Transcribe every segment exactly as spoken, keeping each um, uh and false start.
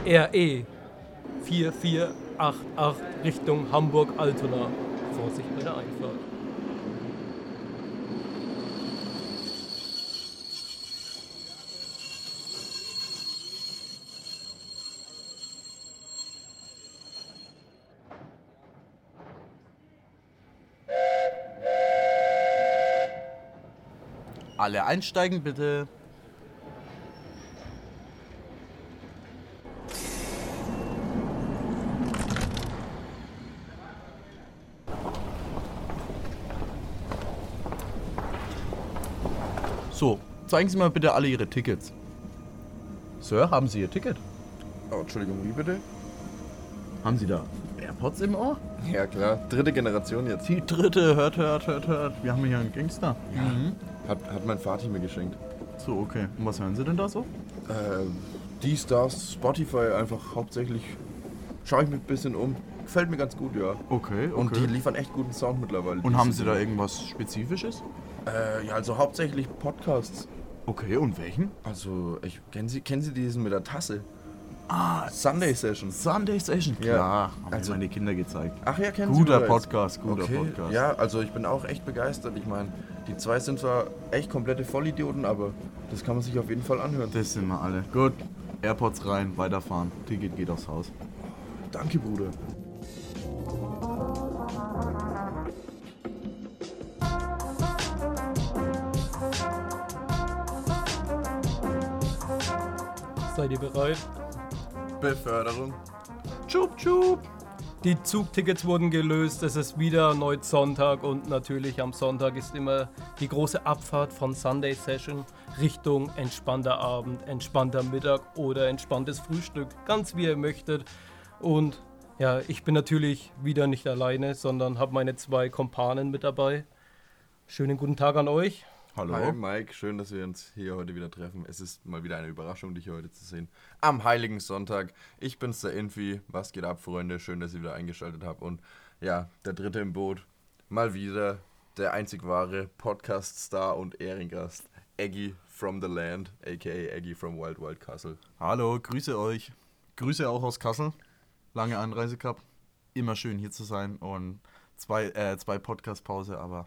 R E vier vier acht acht Richtung Hamburg-Altona. Vorsicht bei der Einfahrt. Alle einsteigen bitte. So, zeigen Sie mal bitte alle Ihre Tickets. Sir, haben Sie Ihr Ticket? Oh, Entschuldigung, wie bitte? Haben Sie da AirPods im Ohr? Ja klar, dritte Generation jetzt. Die dritte, hört, hört, hört, hört. Wir haben hier einen Gangster. Ja. Mhm. Hat, hat mein Vati mir geschenkt. So, okay. Und was hören Sie denn da so? Äh, die Stars, Spotify einfach hauptsächlich. Schaue ich mich ein bisschen um. Gefällt mir ganz gut, ja. Okay, okay. Und die liefern echt guten Sound mittlerweile. Und haben Sie da irgendwas Spezifisches? Äh, ja, also hauptsächlich Podcasts. Okay, und welchen? Also, ich, kennen Sie, kennen Sie diesen mit der Tasse? Ah, Sunday Session. Sunday Session, Ja. klar. Haben Also- also meine Kinder gezeigt. Ach ja, kennen Guter Sie bereits? Podcast, guter okay. Podcast. Ja, also ich bin auch echt begeistert. Ich meine, die zwei sind zwar echt komplette Vollidioten, aber das kann man sich auf jeden Fall anhören. Das sind wir alle. Gut, AirPods rein, weiterfahren. Ticket geht aufs Haus. Danke, Bruder. Seid ihr bereit? Beförderung. Tschub, tschub. Die Zugtickets wurden gelöst, es ist wieder erneut Sonntag und natürlich am Sonntag ist immer die große Abfahrt von Sunday Session Richtung entspannter Abend, entspannter Mittag oder entspanntes Frühstück, ganz wie ihr möchtet. Und ja, ich bin natürlich wieder nicht alleine, sondern habe meine zwei Kumpanen mit dabei. Schönen guten Tag an euch. Hallo. Hi Mike, schön, dass wir uns hier heute wieder treffen. Es ist mal wieder eine Überraschung, dich hier heute zu sehen. Am Heiligen Sonntag. Ich bin's, der Infi. Was geht ab, Freunde? Schön, dass ihr wieder eingeschaltet habt. Und ja, der Dritte im Boot. Mal wieder der einzig wahre Podcast-Star und Ehrengast. Eggy from the Land, aka Eggy from Wild Wild Castle. Hallo, grüße euch. Grüße auch aus Kassel. Lange Anreise gehabt. Immer schön hier zu sein und zwei, äh, zwei Podcast-Pause, aber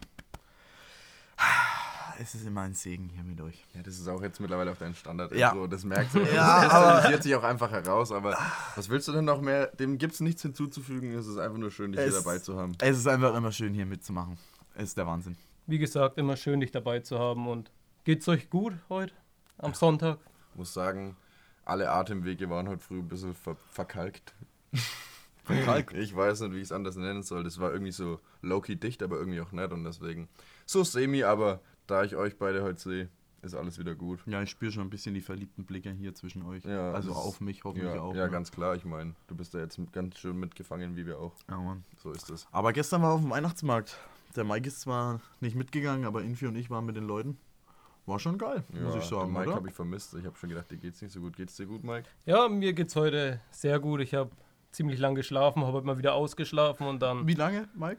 es ist immer ein Segen hier mit euch. Ja, das ist auch jetzt mittlerweile auf deinen Standard. Ja. Also, das merkst du. Das Ja, kristallisiert sich auch einfach heraus. Aber was willst du denn noch mehr? Dem gibt's nichts hinzuzufügen. Es ist einfach nur schön, dich Es- hier dabei zu haben. Es ist einfach immer schön hier mitzumachen. Es ist der Wahnsinn. Wie gesagt, immer schön, dich dabei zu haben. Und geht's euch gut heute am Sonntag? Muss sagen, alle Atemwege waren heute früh ein bisschen ver verkalkt. Verkalkt? Ich weiß nicht, wie ich es anders nennen soll. Das war irgendwie so low-key dicht, aber irgendwie auch nicht. Und deswegen so semi, aber da ich euch beide heute sehe, ist alles wieder gut. Ja, ich spüre schon ein bisschen die verliebten Blicke hier zwischen euch. Ja, also das- auf mich hoffentlich Ja, auch. ja ne? ganz klar. Ich meine, du bist da jetzt ganz schön mitgefangen, wie wir auch. Ja, Mann. So ist es. Aber gestern war auf dem Weihnachtsmarkt. Der Mike ist zwar nicht mitgegangen, aber Infi und ich waren mit den Leuten. War schon geil, muss ich sagen, den Mike oder? habe ich vermisst. Ich habe schon gedacht, dir geht's nicht so gut. Geht's dir gut, Mike? Ja, mir geht's heute sehr gut. Ich habe ziemlich lang geschlafen, habe heute mal wieder ausgeschlafen und dann, Wie lange, Mike?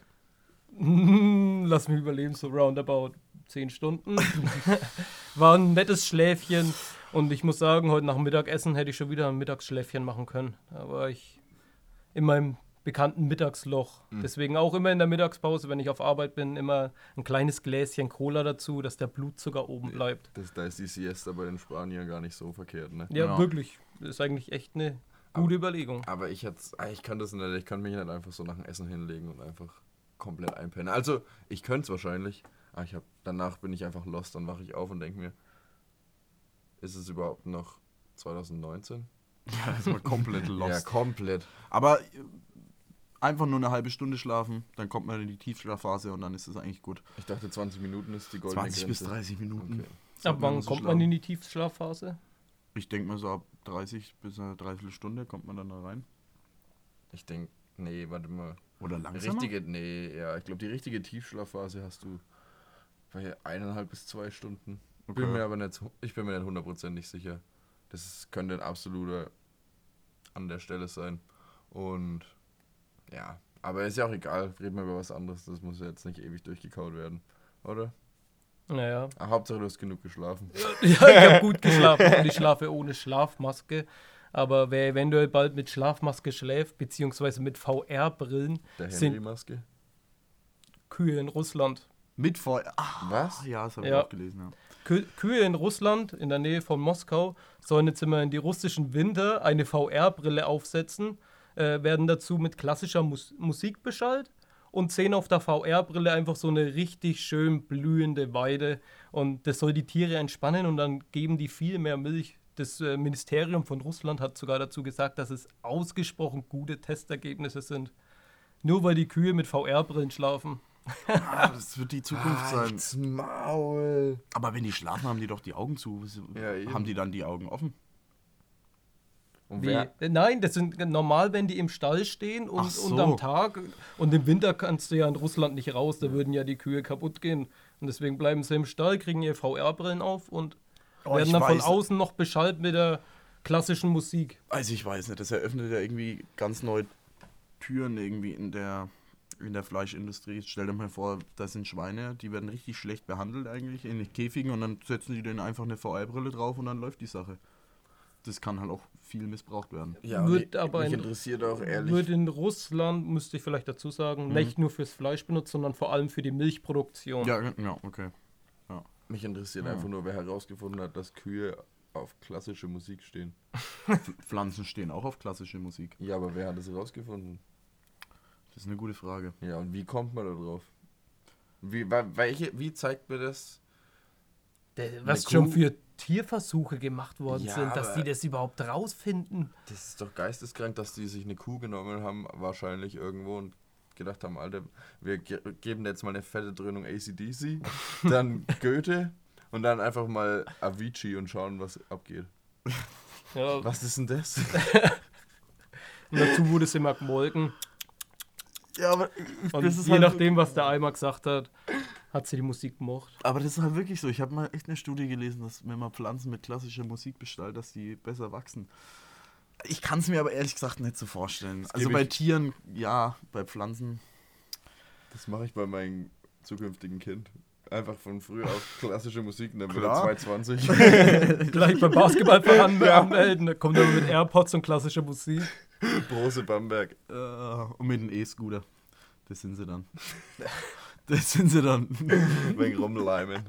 lass mich überleben, so roundabout zehn Stunden. War ein nettes Schläfchen und ich muss sagen, heute nach dem Mittagessen hätte ich schon wieder ein Mittagsschläfchen machen können. Da war ich in meinem bekannten Mittagsloch. Mhm. Deswegen auch immer in der Mittagspause, wenn ich auf Arbeit bin, immer ein kleines Gläschen Cola dazu, dass der Blutzucker oben bleibt. Das, da ist die Siesta bei den Spaniern gar nicht so verkehrt, ne? Ja, Ja. wirklich. Das ist eigentlich echt eine gute Überlegung. Aber ich hat's, ah, ich kann das nicht, ich kann mich nicht einfach so nach dem Essen hinlegen und einfach komplett einpennen. Also, ich könnte es wahrscheinlich, aber ich hab, danach bin ich einfach lost, dann wache ich auf und denke mir, ist es überhaupt noch zwanzig neunzehn? Ja, das war komplett Ja, lost. komplett. Aber äh, einfach nur eine halbe Stunde schlafen, dann kommt man in die Tiefschlafphase und dann ist es eigentlich gut. Ich dachte, zwanzig Minuten ist die goldene zwanzig Grenze. bis dreißig Minuten. Okay. Ab wann kommt man in die Tiefschlafphase? Ich denke mal so ab dreißig bis eine Dreiviertelstunde kommt man dann da rein. Ich denke, nee, warte mal. Oder langsamer? Richtige, nee, ja, ich glaube, die richtige Tiefschlafphase hast du bei eineinhalb bis zwei Stunden. Okay. Bin mir aber nicht, ich bin mir nicht hundertprozentig sicher. Das könnte ein absoluter an der Stelle sein. Und ja, aber ist ja auch egal. Reden wir über was anderes. Das muss ja jetzt nicht ewig durchgekaut werden, oder? Naja. Ah, Hauptsache, du hast genug geschlafen. Ja, ich habe gut geschlafen und ich schlafe ohne Schlafmaske. Aber wer eventuell bald mit Schlafmaske schläft, beziehungsweise mit V R-Brillen, Der sind Henry-Maske. Kühe in Russland. Mit Feuer. Ach, Was? ja, das habe Ja. ich auch gelesen, ja. Kü Kühe in Russland, in der Nähe von Moskau, sollen jetzt immer in die russischen Winter eine V R-Brille aufsetzen, äh, werden dazu mit klassischer Mus Musik beschallt und sehen auf der V R-Brille einfach so eine richtig schön blühende Weide. Und das soll die Tiere entspannen und dann geben die viel mehr Milch. Das äh, Ministerium von Russland hat sogar dazu gesagt, dass es ausgesprochen gute Testergebnisse sind. Nur weil die Kühe mit V R-Brillen schlafen. Ah, das wird die Zukunft sein. Halt's Maul. Aber wenn die schlafen, haben die doch die Augen zu. Ja, eben. Haben die dann die Augen offen? Und Wie? wer? Äh, Nein, das sind normal, wenn die im Stall stehen und, Ach so. und am Tag. Und im Winter kannst du ja in Russland nicht raus, da würden ja die Kühe kaputt gehen. Und deswegen bleiben sie im Stall, kriegen ihre V R-Brillen auf und Oh, werden ich dann von weiß. außen noch beschallt mit der klassischen Musik. Also ich weiß nicht, das eröffnet ja irgendwie ganz neue Türen irgendwie in der, in der Fleischindustrie. Stell dir mal vor, da sind Schweine, die werden richtig schlecht behandelt eigentlich in den Käfigen und dann setzen die denen einfach eine V R-Brille drauf und dann läuft die Sache. Das kann halt auch viel missbraucht werden. Ja, Wird mich, aber mich in- interessiert auch ehrlich. Wird in Russland, müsste ich vielleicht dazu sagen, Mhm. nicht nur fürs Fleisch benutzt, sondern vor allem für die Milchproduktion. Ja, ja, okay. Mich interessiert Ja. einfach nur, wer herausgefunden hat, dass Kühe auf klassische Musik stehen. Pf- Pflanzen stehen auch auf klassische Musik. Ja, aber wer hat das herausgefunden? Das ist eine gute Frage. Ja, und wie kommt man da drauf? Wie, wa- welche, wie zeigt mir das? Der- Was Eine schon Kuh- für Tierversuche gemacht worden Ja, sind, dass aber- die das überhaupt rausfinden. Das ist doch geisteskrank, dass die sich eine Kuh genommen haben, wahrscheinlich irgendwo und gedacht haben, Alter, wir ge geben jetzt mal eine fette Dröhnung A C D C, dann Goethe und dann einfach mal Avicii und schauen, was abgeht. Ja, Was ist denn das? und dazu wurde es immer gemolken. Ja, aber Und das ist je halt nachdem, was der Eimer gesagt hat, hat sie die Musik gemocht. Aber das ist halt wirklich so. Ich habe mal echt eine Studie gelesen, dass wenn man Pflanzen mit klassischer Musik bestellt, dass die besser wachsen. Ich kann es mir aber ehrlich gesagt nicht so vorstellen. Das Also gebe bei ich- Tieren, ja, bei Pflanzen. Das mache ich bei meinem zukünftigen Kind. Einfach von früh auf klassische Musik und dann wird Klar. er zwei zwanzig. Gleich beim Basketballverein anmelden, da kommt er mit AirPods und klassischer Musik. Große Bamberg. Äh, und mit einem E-Scooter. Das sind sie dann. Das sind sie dann. Wegen rumleimen.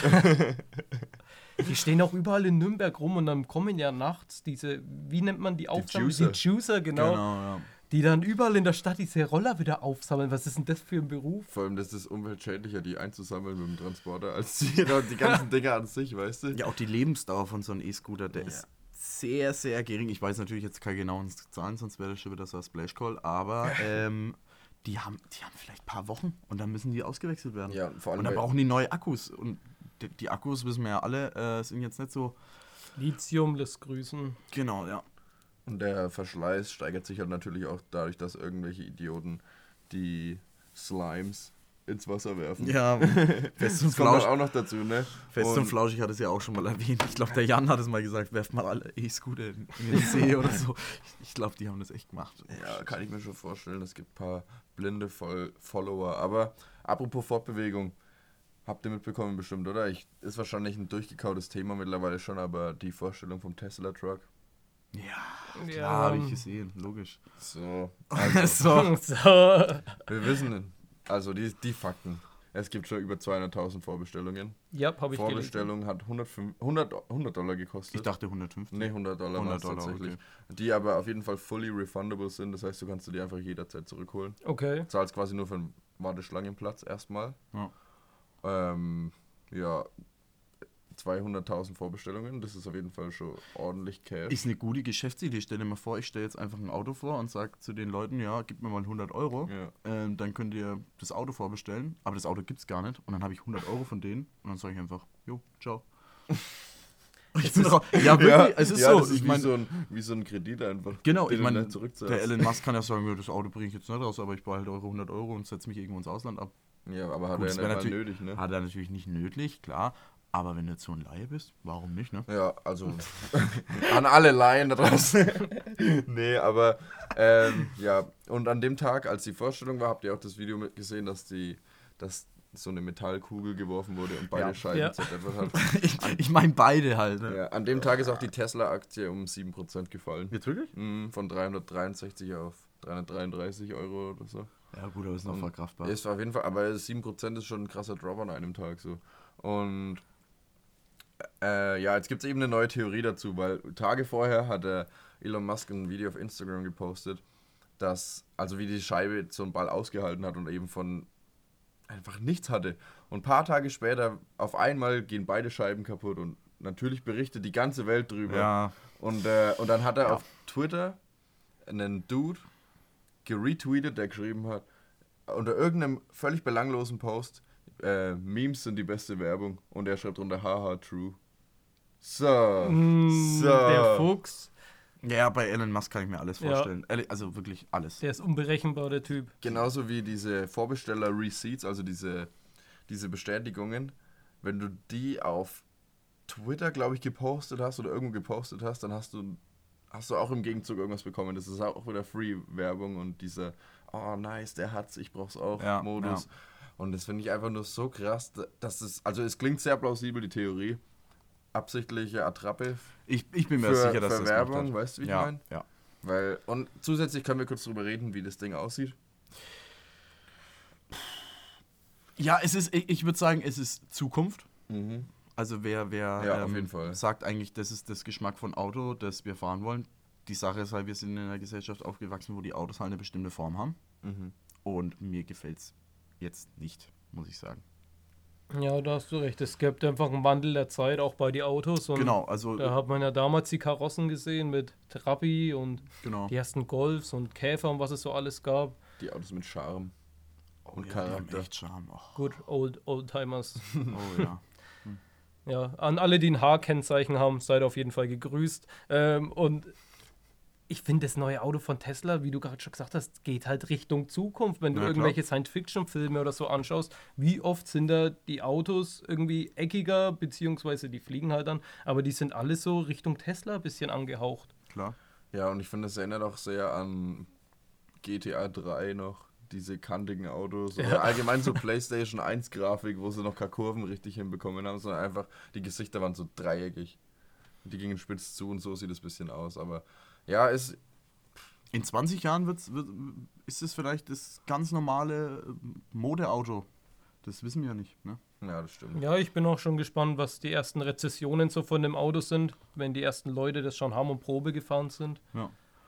Die stehen auch überall in Nürnberg rum und dann kommen ja nachts diese, wie nennt man die Aufsammlung? Juicer. Die Juicer, genau, ja. die dann überall in der Stadt diese Roller wieder aufsammeln. Was ist denn das für ein Beruf? Vor allem, das ist umweltschädlicher, die einzusammeln mit dem Transporter, als die, die ganzen Dinge an sich, weißt du? Ja, auch die Lebensdauer von so einem E-Scooter, der Ja. ist sehr, sehr gering. Ich weiß natürlich jetzt keine genauen Zahlen, sonst wäre das schon wieder so ein Splash Call, aber ähm, die, haben, die haben vielleicht ein paar Wochen und dann müssen die ausgewechselt werden. Ja, vor allem Und dann bei- brauchen die neue Akkus. Und die, die Akkus, wissen wir ja alle, äh, sind jetzt nicht so. Lithium lässt grüßen. Genau, ja. Und der Verschleiß steigert sich halt natürlich auch dadurch, dass irgendwelche Idioten die Slimes ins Wasser werfen. Ja, fest und Das kommt halt flauschig. auch noch dazu, ne? Fest und Und- flauschig hat es ja auch schon mal erwähnt. Ich glaube, der Jan hat es mal gesagt, werft mal alle E-Scooter in, in den See oder so. Ich glaube, die haben das echt gemacht. Ja, kann ich mir schon vorstellen. Es gibt ein paar blinde Voll Follower. Aber apropos Fortbewegung, habt ihr mitbekommen bestimmt, oder? Ich, ist wahrscheinlich ein durchgekautes Thema mittlerweile schon, aber die Vorstellung vom Tesla-Truck. Ja, Ja. klar, habe ich gesehen, logisch. So, also, So. So. wir wissen, also die, die Fakten. Es gibt schon über zweihunderttausend Vorbestellungen. Ja, habe ich gelesen. Vorbestellung hat hundertfünf hundert, hundert Dollar gekostet. Ich dachte hundertfünfzig. Nee, hundert Dollar waren es hundert Dollar, tatsächlich. Die aber auf jeden Fall fully refundable sind. Das heißt, du kannst du die einfach jederzeit zurückholen. Okay. Zahlst quasi nur für einen Warteschlangenplatz erstmal. Ja. Ähm, ja, zweihunderttausend Vorbestellungen. Das ist auf jeden Fall schon ordentlich Cash. Ist eine gute Geschäftsidee. Stell dir mal vor, ich stelle jetzt einfach ein Auto vor und sage zu den Leuten, ja, gib mir mal hundert Euro. Ja. Ähm, dann könnt ihr das Auto vorbestellen. Aber das Auto gibt es gar nicht. Und dann habe ich hundert Euro von denen. Und dann sage ich einfach, jo, ciao. Ich bin raus. Ja, wirklich, es ist ja, so. Das ist ich wie, meine, so ein, wie so ein Kredit einfach. genau, den ich du meine, nicht zurückzahlst. der Elon Musk kann ja sagen, ja, das Auto bringe ich jetzt nicht raus, aber ich behalte eure hundert Euro und setze mich irgendwo ins Ausland ab. Ja, aber hat Gut, er das ja wär nicht mal natürlich- nötig, ne? Hat er natürlich nicht nötig, klar. Aber wenn du jetzt so ein Laie bist, warum nicht, ne? Ja, also an alle Laien da draußen. Nee, aber ähm, ja, und an dem Tag, als die Vorstellung war, habt ihr auch das Video mit gesehen, dass die, dass so eine Metallkugel geworfen wurde und beide Ja. Scheiben Ja. zerdeppert hat. ich ich meine beide halt. Ne? Ja, an dem Tag ist auch die Tesla-Aktie um sieben Prozent gefallen. Jetzt wirklich? Mhm, von dreihundertdreiundsechzig auf dreihundertdreiunddreißig Euro oder so. Ja gut, aber ist noch Und verkraftbar. Ist auf jeden Fall, aber sieben Prozent ist schon ein krasser Drop an einem Tag so. Und äh, ja, jetzt gibt es eben eine neue Theorie dazu, weil Tage vorher hat äh, Elon Musk ein Video auf Instagram gepostet, dass, also wie die Scheibe so einen Ball ausgehalten hat und eben von einfach nichts hatte. Und ein paar Tage später auf einmal gehen beide Scheiben kaputt und natürlich berichtet die ganze Welt drüber. Ja. Und, äh, und dann hat er Ja. auf Twitter einen Dude geretweetet, der geschrieben hat, unter irgendeinem völlig belanglosen Post, äh, Memes sind die beste Werbung. Und er schreibt drunter, haha, true. So. Mm, so. Der Fuchs, Ja, bei Elon Musk kann ich mir alles Ja. vorstellen. Ehrlich, Also wirklich alles. der ist unberechenbar, der Typ. Genauso wie diese Vorbesteller-Receipts, also diese, diese Bestätigungen. Wenn du die auf Twitter, glaube ich, gepostet hast oder irgendwo gepostet hast, dann hast du, hast du auch im Gegenzug irgendwas bekommen. Das ist auch wieder Free-Werbung und dieser, oh nice, der hat's, ich brauch's auch, Ja, Modus. ja. Und das finde ich einfach nur so krass, dass es, also es klingt sehr plausibel, die Theorie. Absichtliche Attrappe Ich, ich bin mir für, sicher, dass für das Werbung, gemacht hat. weißt du, wie ich ja, meine? ja. Weil, und zusätzlich können wir kurz drüber reden, wie das Ding aussieht. Ja, es ist, ich ich würde sagen, es ist Zukunft. Mhm. Also wer, wer Ja, auf jeden Fall. sagt eigentlich, das ist das Geschmack von Auto, das wir fahren wollen. Die Sache ist halt, wir sind in einer Gesellschaft aufgewachsen, wo die Autos halt eine bestimmte Form haben. Mhm. Und mir gefällt es jetzt nicht, muss ich sagen. Ja, da hast du recht. Es gibt einfach einen Wandel der Zeit, auch bei den Autos. Und Genau, also da hat man ja damals die Karossen gesehen mit Trabi und genau. die ersten Golfs und Käfer und was es so alles gab. Die Autos mit Charme. Oh, und ja, die haben Charakter. echt Charme. Oh, Gut, Old Oldtimers. oh ja. Ja, an alle, die ein H-Kennzeichen haben, seid auf jeden Fall gegrüßt. Ähm, und ich finde, das neue Auto von Tesla, wie du gerade schon gesagt hast, geht halt Richtung Zukunft. Wenn du Ja, klar. irgendwelche Science-Fiction-Filme oder so anschaust, wie oft sind da die Autos irgendwie eckiger, beziehungsweise die fliegen halt dann, aber die sind alle so Richtung Tesla ein bisschen angehaucht. Klar. Ja, und ich finde, das erinnert auch sehr an G T A drei noch, diese kantigen Autos. Oder Ja. allgemein so PlayStation eins Grafik, wo sie noch keine Kurven richtig hinbekommen haben, sondern einfach, die Gesichter waren so dreieckig. Die gingen spitz zu und so sieht es ein bisschen aus. Aber ja, es, In zwanzig Jahren wird's, wird, ist es vielleicht das ganz normale Modeauto. Das wissen wir ja nicht. Ne? ja, das stimmt. Ja, ich bin auch schon gespannt, was die ersten Rezessionen so von dem Auto sind, wenn die ersten Leute das schon haben und Probe gefahren sind. Ja.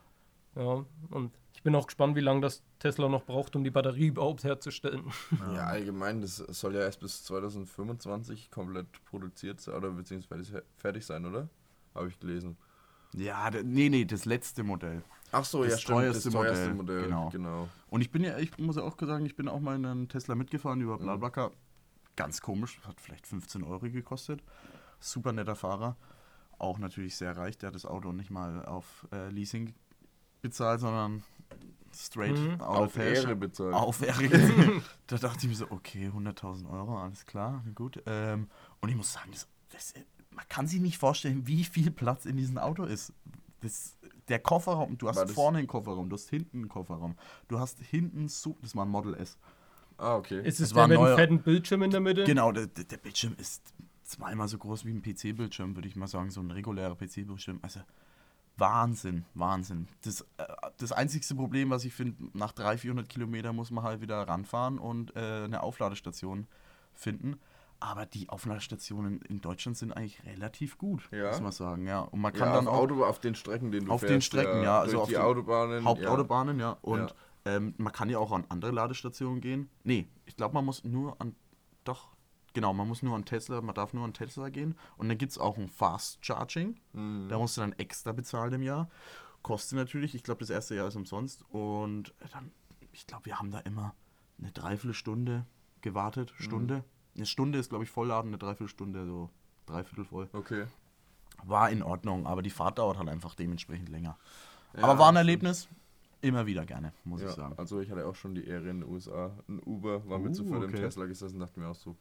Ja, und ich bin auch gespannt, wie lange das Tesla noch braucht, um die Batterie überhaupt herzustellen. Ja, allgemein, das soll ja erst bis zwanzig fünfundzwanzig komplett produziert sein, oder beziehungsweise fertig sein, oder? Habe ich gelesen. Ja, d- nee, nee, das letzte Modell. Ach so, Das ja, stimmt, teuerste das teuerste Modell, Modell. genau. genau. Und ich bin ja, ich muss ja auch sagen, ich bin auch mal in einen Tesla mitgefahren über BlaBlaCar. Ganz komisch, hat vielleicht fünfzehn Euro gekostet. Super netter Fahrer. Auch natürlich sehr reich, der hat das Auto nicht mal auf äh, Leasing bezahlt, sondern straight Mhm. Auf Cash. Ehre bezahlt. Auf Ehre. Da dachte ich mir so, okay, hunderttausend Euro, alles klar, gut. Ähm, und ich muss sagen, das, das, man kann sich nicht vorstellen, wie viel Platz in diesem Auto ist. Das, der Kofferraum, du hast War das- vorne einen Kofferraum, du hast hinten einen Kofferraum, du hast hinten so, das war ein Model S. Ah, okay. Ist Das es war der mit neuer- einem fetten Bildschirm in der Mitte? Genau, der, der der Bildschirm ist zweimal so groß wie ein P C-Bildschirm, würde ich mal sagen, so ein regulärer P C-Bildschirm. Also Wahnsinn, Wahnsinn. Das, äh, das einzigste Problem, was ich finde, nach dreihundert, vierhundert Kilometern muss man halt wieder ranfahren und äh, eine Aufladestation finden. Aber die Aufladestationen in Deutschland sind eigentlich relativ gut, Ja. muss man sagen. Ja. Und man kann ja, dann auf, auch Auto, auf den Strecken, den du auf fährst. den Strecken, ja, also durch auf die den Autobahnen. Hauptautobahnen, ja. Und ähm, man kann ja auch an andere Ladestationen gehen. Nee, ich glaube, man muss nur an, doch, genau, man muss nur an Tesla, man darf nur an Tesla gehen. Und dann gibt es auch ein Fast Charging. Ja. Mhm. Da musst du dann extra bezahlen im Jahr. Kostet natürlich, ich glaube, das erste Jahr ist umsonst. Und dann, ich glaube, wir haben da immer eine Dreiviertelstunde gewartet, Stunde. Eine Stunde ist, glaube ich, Vollladen, eine Dreiviertelstunde, so dreiviertel voll. Okay. War in Ordnung, aber die Fahrt dauert halt einfach dementsprechend länger. Ja, aber war ein das Erlebnis, immer wieder gerne, muss Ja, ich sagen. also ich hatte auch schon die Ehre in den U S A. Ein Uber war mit Uh, zu viert im okay. Tesla gesessen, dachte mir auch so,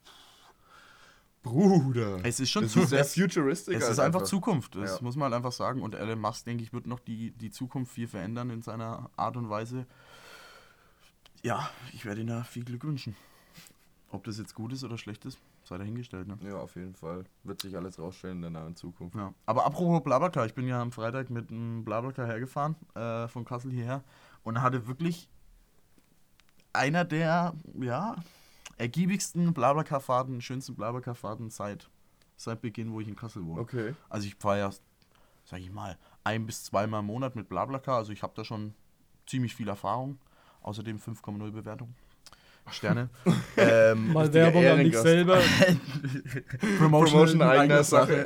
Bruder. Es ist schon Das zu, ist sehr es, futuristisch. es ist einfach Zukunft, das Ja. muss man halt einfach sagen. Und Elon Musk, denke ich, wird noch die, die Zukunft viel verändern in seiner Art und Weise. Ja, ich werde ihm da viel Glück wünschen. Ob das jetzt gut ist oder schlecht ist, sei dahingestellt, ne? Ja, auf jeden Fall. Wird sich alles rausstellen in der nahen Zukunft. Ja. Aber apropos Blablacar, ich bin ja am Freitag mit einem Blablacar hergefahren, äh, von Kassel hierher und hatte wirklich einer der, ja, ergiebigsten Blablacar-Fahrten, schönsten Blablacar-Fahrten seit, seit Beginn, wo ich in Kassel wohne. Okay. Also ich fahre ja, sag ich mal, ein bis zweimal im Monat mit Blablacar, also ich habe da schon ziemlich viel Erfahrung, außerdem fünf Komma null Bewertung. Sterne. ähm, Mal Werbung an dich selber. Promotion, Promotion eigener Sache.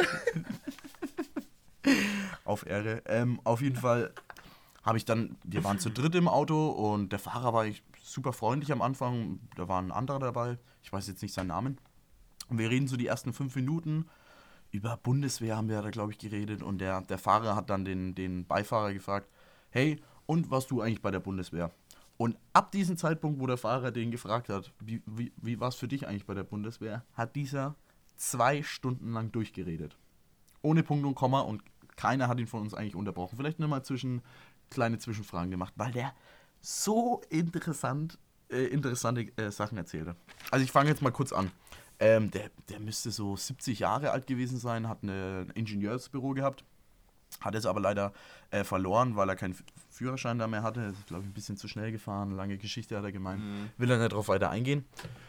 Auf Ehre. Ähm, auf jeden Fall habe ich dann, wir waren zu dritt im Auto und der Fahrer war ich super freundlich am Anfang. Da war ein anderer dabei, ich weiß jetzt nicht seinen Namen. Und wir reden so die ersten fünf Minuten. Über Bundeswehr haben wir da, glaube ich, geredet. Und der, der Fahrer hat dann den, den Beifahrer gefragt, hey, und warst du eigentlich bei der Bundeswehr? Und ab diesem Zeitpunkt, wo der Fahrer den gefragt hat, wie, wie, wie war es für dich eigentlich bei der Bundeswehr, hat dieser zwei Stunden lang durchgeredet. Ohne Punkt und Komma und keiner hat ihn von uns eigentlich unterbrochen. Vielleicht nur mal zwischen, kleine Zwischenfragen gemacht, weil der so interessant, äh, interessante äh, Sachen erzählte. Also ich fange jetzt mal kurz an. Ähm, der, der müsste so siebzig Jahre alt gewesen sein, hat eine, ein Ingenieursbüro gehabt. Hat es aber leider äh, verloren, weil er keinen Führerschein da mehr hatte. Er ist, glaube ich, ein bisschen zu schnell gefahren. Lange Geschichte hat er gemeint. Mhm. Will er nicht drauf weiter eingehen.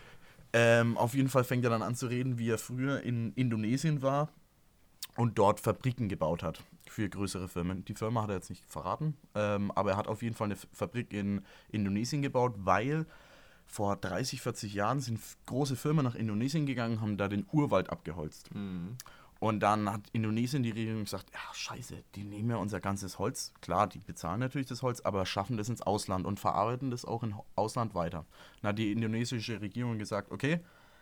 Ähm, auf jeden Fall fängt er dann an zu reden, wie er früher in Indonesien war und dort Fabriken gebaut hat für größere Firmen. Die Firma hat er jetzt nicht verraten, ähm, aber er hat auf jeden Fall eine Fabrik in Indonesien gebaut, weil vor dreißig, vierzig Jahren sind große Firmen nach Indonesien gegangen, haben da den Urwald abgeholzt. Mhm. Und dann hat Indonesien die Regierung gesagt, ja scheiße, die nehmen ja unser ganzes Holz. Klar, die bezahlen natürlich das Holz, aber schaffen das ins Ausland und verarbeiten das auch im Ausland weiter. Dann hat die indonesische Regierung gesagt, okay,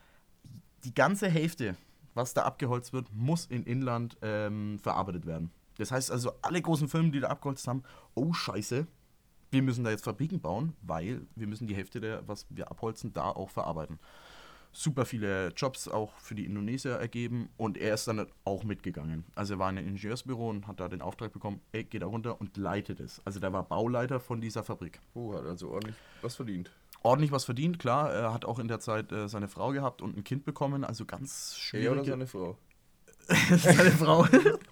die ganze Hälfte, was da abgeholzt wird, muss in Inland ähm, verarbeitet werden. Das heißt also, alle großen Firmen, die da abgeholzt haben, oh scheiße, wir müssen da jetzt Fabriken bauen, weil wir müssen die Hälfte, der, was wir abholzen, da auch verarbeiten. Super viele Jobs auch für die Indonesier ergeben und er ist dann auch mitgegangen. Also er war in einem Ingenieursbüro und hat da den Auftrag bekommen, ey, geht da runter und leitet es. Also der war Bauleiter von dieser Fabrik. Oh, hat also ordentlich was verdient. Ordentlich was verdient, klar. Er hat auch in der Zeit äh, seine Frau gehabt und ein Kind bekommen, also ganz schwierig. Er oder seine Frau? Seine Frau.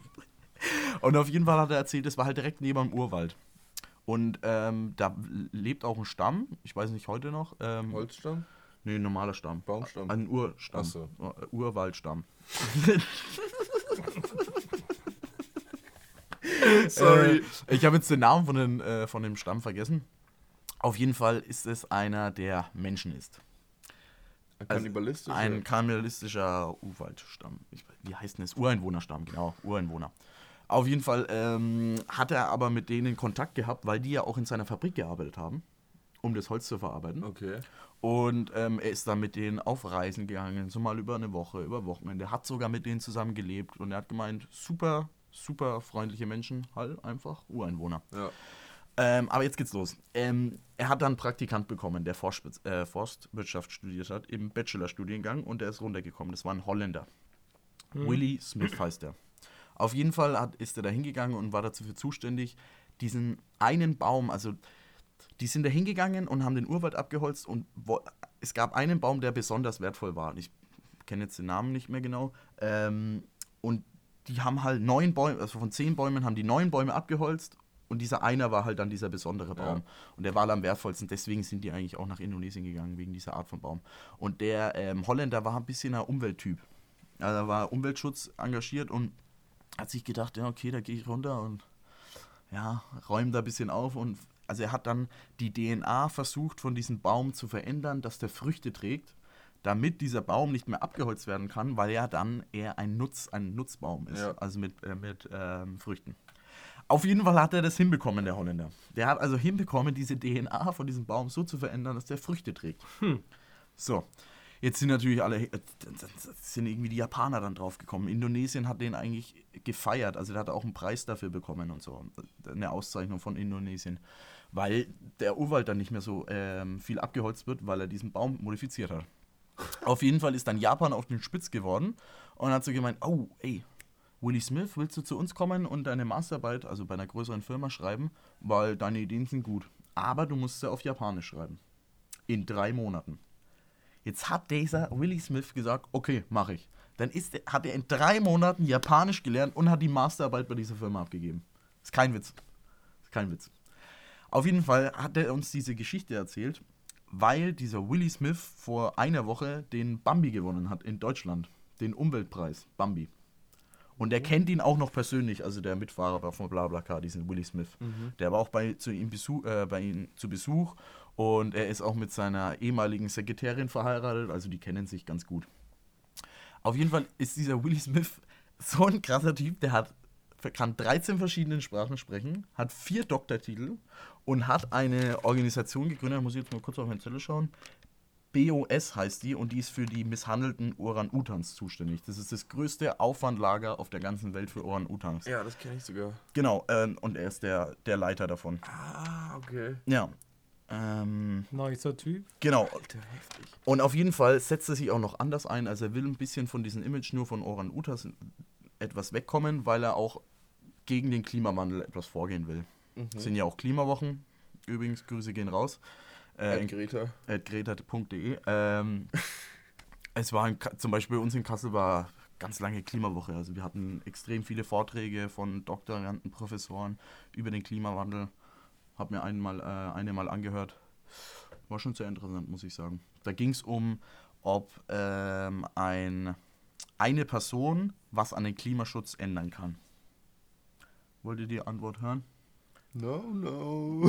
Und auf jeden Fall hat er erzählt, es war halt direkt neben dem Urwald. Und ähm, da lebt auch ein Stamm, ich weiß nicht heute noch. Ähm, Holzstamm? Nee, ein normaler Stamm. Baumstamm? Ein Urstamm. Ach so. Urwaldstamm. Sorry. Äh, ich habe jetzt den Namen von, den, äh, von dem Stamm vergessen. Auf jeden Fall ist es einer, der Menschen isst. Ein kannibalistischer? Also ein kannibalistischer Urwaldstamm. Ich, wie heißt denn das? Ureinwohnerstamm, genau. Ureinwohner. Auf jeden Fall ähm, hat er aber mit denen Kontakt gehabt, weil die ja auch in seiner Fabrik gearbeitet haben, um das Holz zu verarbeiten. Okay. Und ähm, er ist dann mit denen auf Reisen gegangen, so mal über eine Woche, über Wochenende. Hat sogar mit denen zusammen gelebt und er hat gemeint, super, super freundliche Menschen, halt einfach Ureinwohner. Ja. Ähm, aber jetzt geht's los. Ähm, er hat dann einen Praktikant bekommen, der Forstwirtschaft, äh, Forstwirtschaft studiert hat, im Bachelorstudiengang und der ist runtergekommen. Das war ein Holländer. Hm. Willy Smith heißt er. Auf jeden Fall hat, ist er da hingegangen und war dafür zuständig, diesen einen Baum, also die sind da hingegangen und haben den Urwald abgeholzt und wo, es gab einen Baum, der besonders wertvoll war. Ich kenne jetzt den Namen nicht mehr genau. Ähm, und die haben halt neun Bäume, also von zehn Bäumen haben die neun Bäume abgeholzt und dieser einer war halt dann dieser besondere Baum. Ja. Und der war am wertvollsten, deswegen sind die eigentlich auch nach Indonesien gegangen, wegen dieser Art von Baum. Und der ähm, Holländer war ein bisschen ein Umwelttyp. Also er war Umweltschutz engagiert und hat sich gedacht, ja okay, da gehe ich runter und ja, räume da ein bisschen auf und also er hat dann die D N A versucht von diesem Baum zu verändern, dass der Früchte trägt, damit dieser Baum nicht mehr abgeholzt werden kann, weil er dann eher ein Nutz, ein Nutzbaum ist, ja. Also mit, äh, mit ähm, Früchten. Auf jeden Fall hat er das hinbekommen, der Holländer. Der hat also hinbekommen, diese D N A von diesem Baum so zu verändern, dass der Früchte trägt. Hm. So, jetzt sind natürlich alle, äh, sind irgendwie die Japaner dann drauf gekommen. Indonesien hat den eigentlich gefeiert, also der hat auch einen Preis dafür bekommen und so, eine Auszeichnung von Indonesien. Weil der Urwald dann nicht mehr so ähm, viel abgeholzt wird, weil er diesen Baum modifiziert hat. Auf jeden Fall ist dann Japan auf den Spitz geworden und hat so gemeint, oh, ey, Willy Smith, willst du zu uns kommen und deine Masterarbeit, also bei einer größeren Firma, schreiben, weil deine Ideen sind gut. Aber du musst sie auf Japanisch schreiben. In drei Monaten. Jetzt hat dieser Willie Smith gesagt, okay, mache ich. Dann ist, hat er in drei Monaten Japanisch gelernt und hat die Masterarbeit bei dieser Firma abgegeben. Ist kein Witz. Ist kein Witz. Auf jeden Fall hat er uns diese Geschichte erzählt, weil dieser Willie Smith vor einer Woche den Bambi gewonnen hat in Deutschland. Den Umweltpreis Bambi. Und er kennt ihn auch noch persönlich, also der Mitfahrer von BlaBlaCar, diesen Willie Smith. Mhm. Der war auch bei, zu ihm Besuch, äh, bei ihm zu Besuch und er ist auch mit seiner ehemaligen Sekretärin verheiratet, also die kennen sich ganz gut. Auf jeden Fall ist dieser Willie Smith so ein krasser Typ, der hat, kann dreizehn verschiedene Sprachen sprechen, hat vier Doktortitel und hat eine Organisation gegründet, muss ich jetzt mal kurz auf meinen Zettel schauen, B O S heißt die und die ist für die misshandelten Orang-Utans zuständig. Das ist das größte Aufwandlager auf der ganzen Welt für Orang-Utans. Ja, das kenne ich sogar. Genau, ähm, und er ist der, der Leiter davon. Ah, okay. Ja. Ähm, Nicer Typ. genau. Alter, heftig. Und auf jeden Fall setzt er sich auch noch anders ein. Also er will ein bisschen von diesem Image nur von Orang-Utans etwas wegkommen, weil er auch gegen den Klimawandel etwas vorgehen will. Mhm. Es sind ja auch Klimawochen. Übrigens, Grüße gehen raus. Äh, Greta. At greta punkt de. Ähm, es war in, zum Beispiel bei uns in Kassel war ganz lange Klimawoche. Also wir hatten extrem viele Vorträge von Doktoranden, Professoren über den Klimawandel. Hab mir einmal, äh, eine mal angehört. War schon sehr interessant, muss ich sagen. Da ging es um, ob ähm, ein, eine Person was an den Klimaschutz ändern kann. Wollt ihr die Antwort hören? No, no.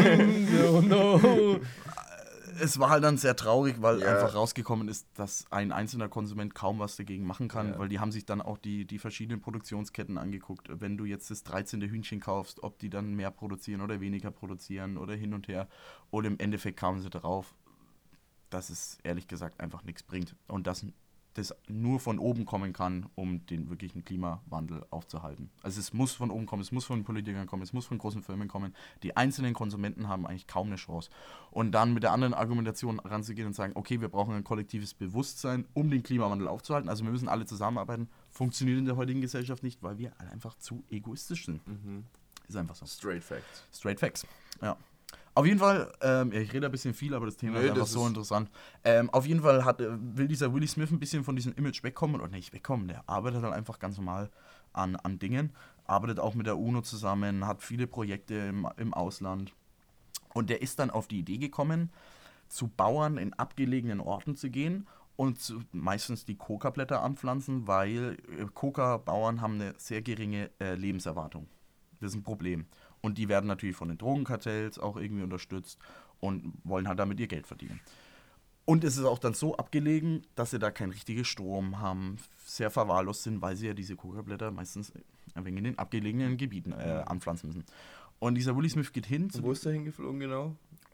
No, no. Es war halt dann sehr traurig, weil Ja. einfach rausgekommen ist, dass ein einzelner Konsument kaum was dagegen machen kann, Ja. weil die haben sich dann auch die, die verschiedenen Produktionsketten angeguckt. Wenn du jetzt das dreizehnte Hühnchen kaufst, ob die dann mehr produzieren oder weniger produzieren oder hin und her. Und im Endeffekt kamen sie darauf, dass es ehrlich gesagt einfach nichts bringt. Und dass das nur von oben kommen kann, um den wirklichen Klimawandel aufzuhalten. Also es muss von oben kommen, es muss von Politikern kommen, es muss von großen Firmen kommen. Die einzelnen Konsumenten haben eigentlich kaum eine Chance. Und dann mit der anderen Argumentation ranzugehen und sagen, okay, wir brauchen ein kollektives Bewusstsein, um den Klimawandel aufzuhalten. Also wir müssen alle zusammenarbeiten. Funktioniert in der heutigen Gesellschaft nicht, weil wir alle einfach zu egoistisch sind. Mhm. Ist einfach so. Straight Facts. Straight Facts, ja. Auf jeden Fall, ähm, ich rede ein bisschen viel, aber das Thema Nee, ist einfach das so ist- interessant. Ähm, auf jeden Fall hat, äh, will dieser Willie Smith ein bisschen von diesem Image wegkommen, oder nicht wegkommen, der arbeitet halt einfach ganz normal an, an Dingen, arbeitet auch mit der UNO zusammen, hat viele Projekte im, im Ausland. Und der ist dann auf die Idee gekommen, zu Bauern in abgelegenen Orten zu gehen und zu, meistens die Kokablätter anpflanzen, weil äh, Coca-Bauern haben eine sehr geringe äh, Lebenserwartung. Das ist ein Problem. Und die werden natürlich von den Drogenkartells auch irgendwie unterstützt und wollen halt damit ihr Geld verdienen. Und es ist auch dann so abgelegen, dass sie da kein richtiges Strom haben, sehr verwahrlost sind, weil sie ja diese Kokablätter meistens ein wenig in den abgelegenen Gebieten äh, anpflanzen müssen. Und dieser Willie Smith geht hin zu, Wo ist der hingeflogen genau?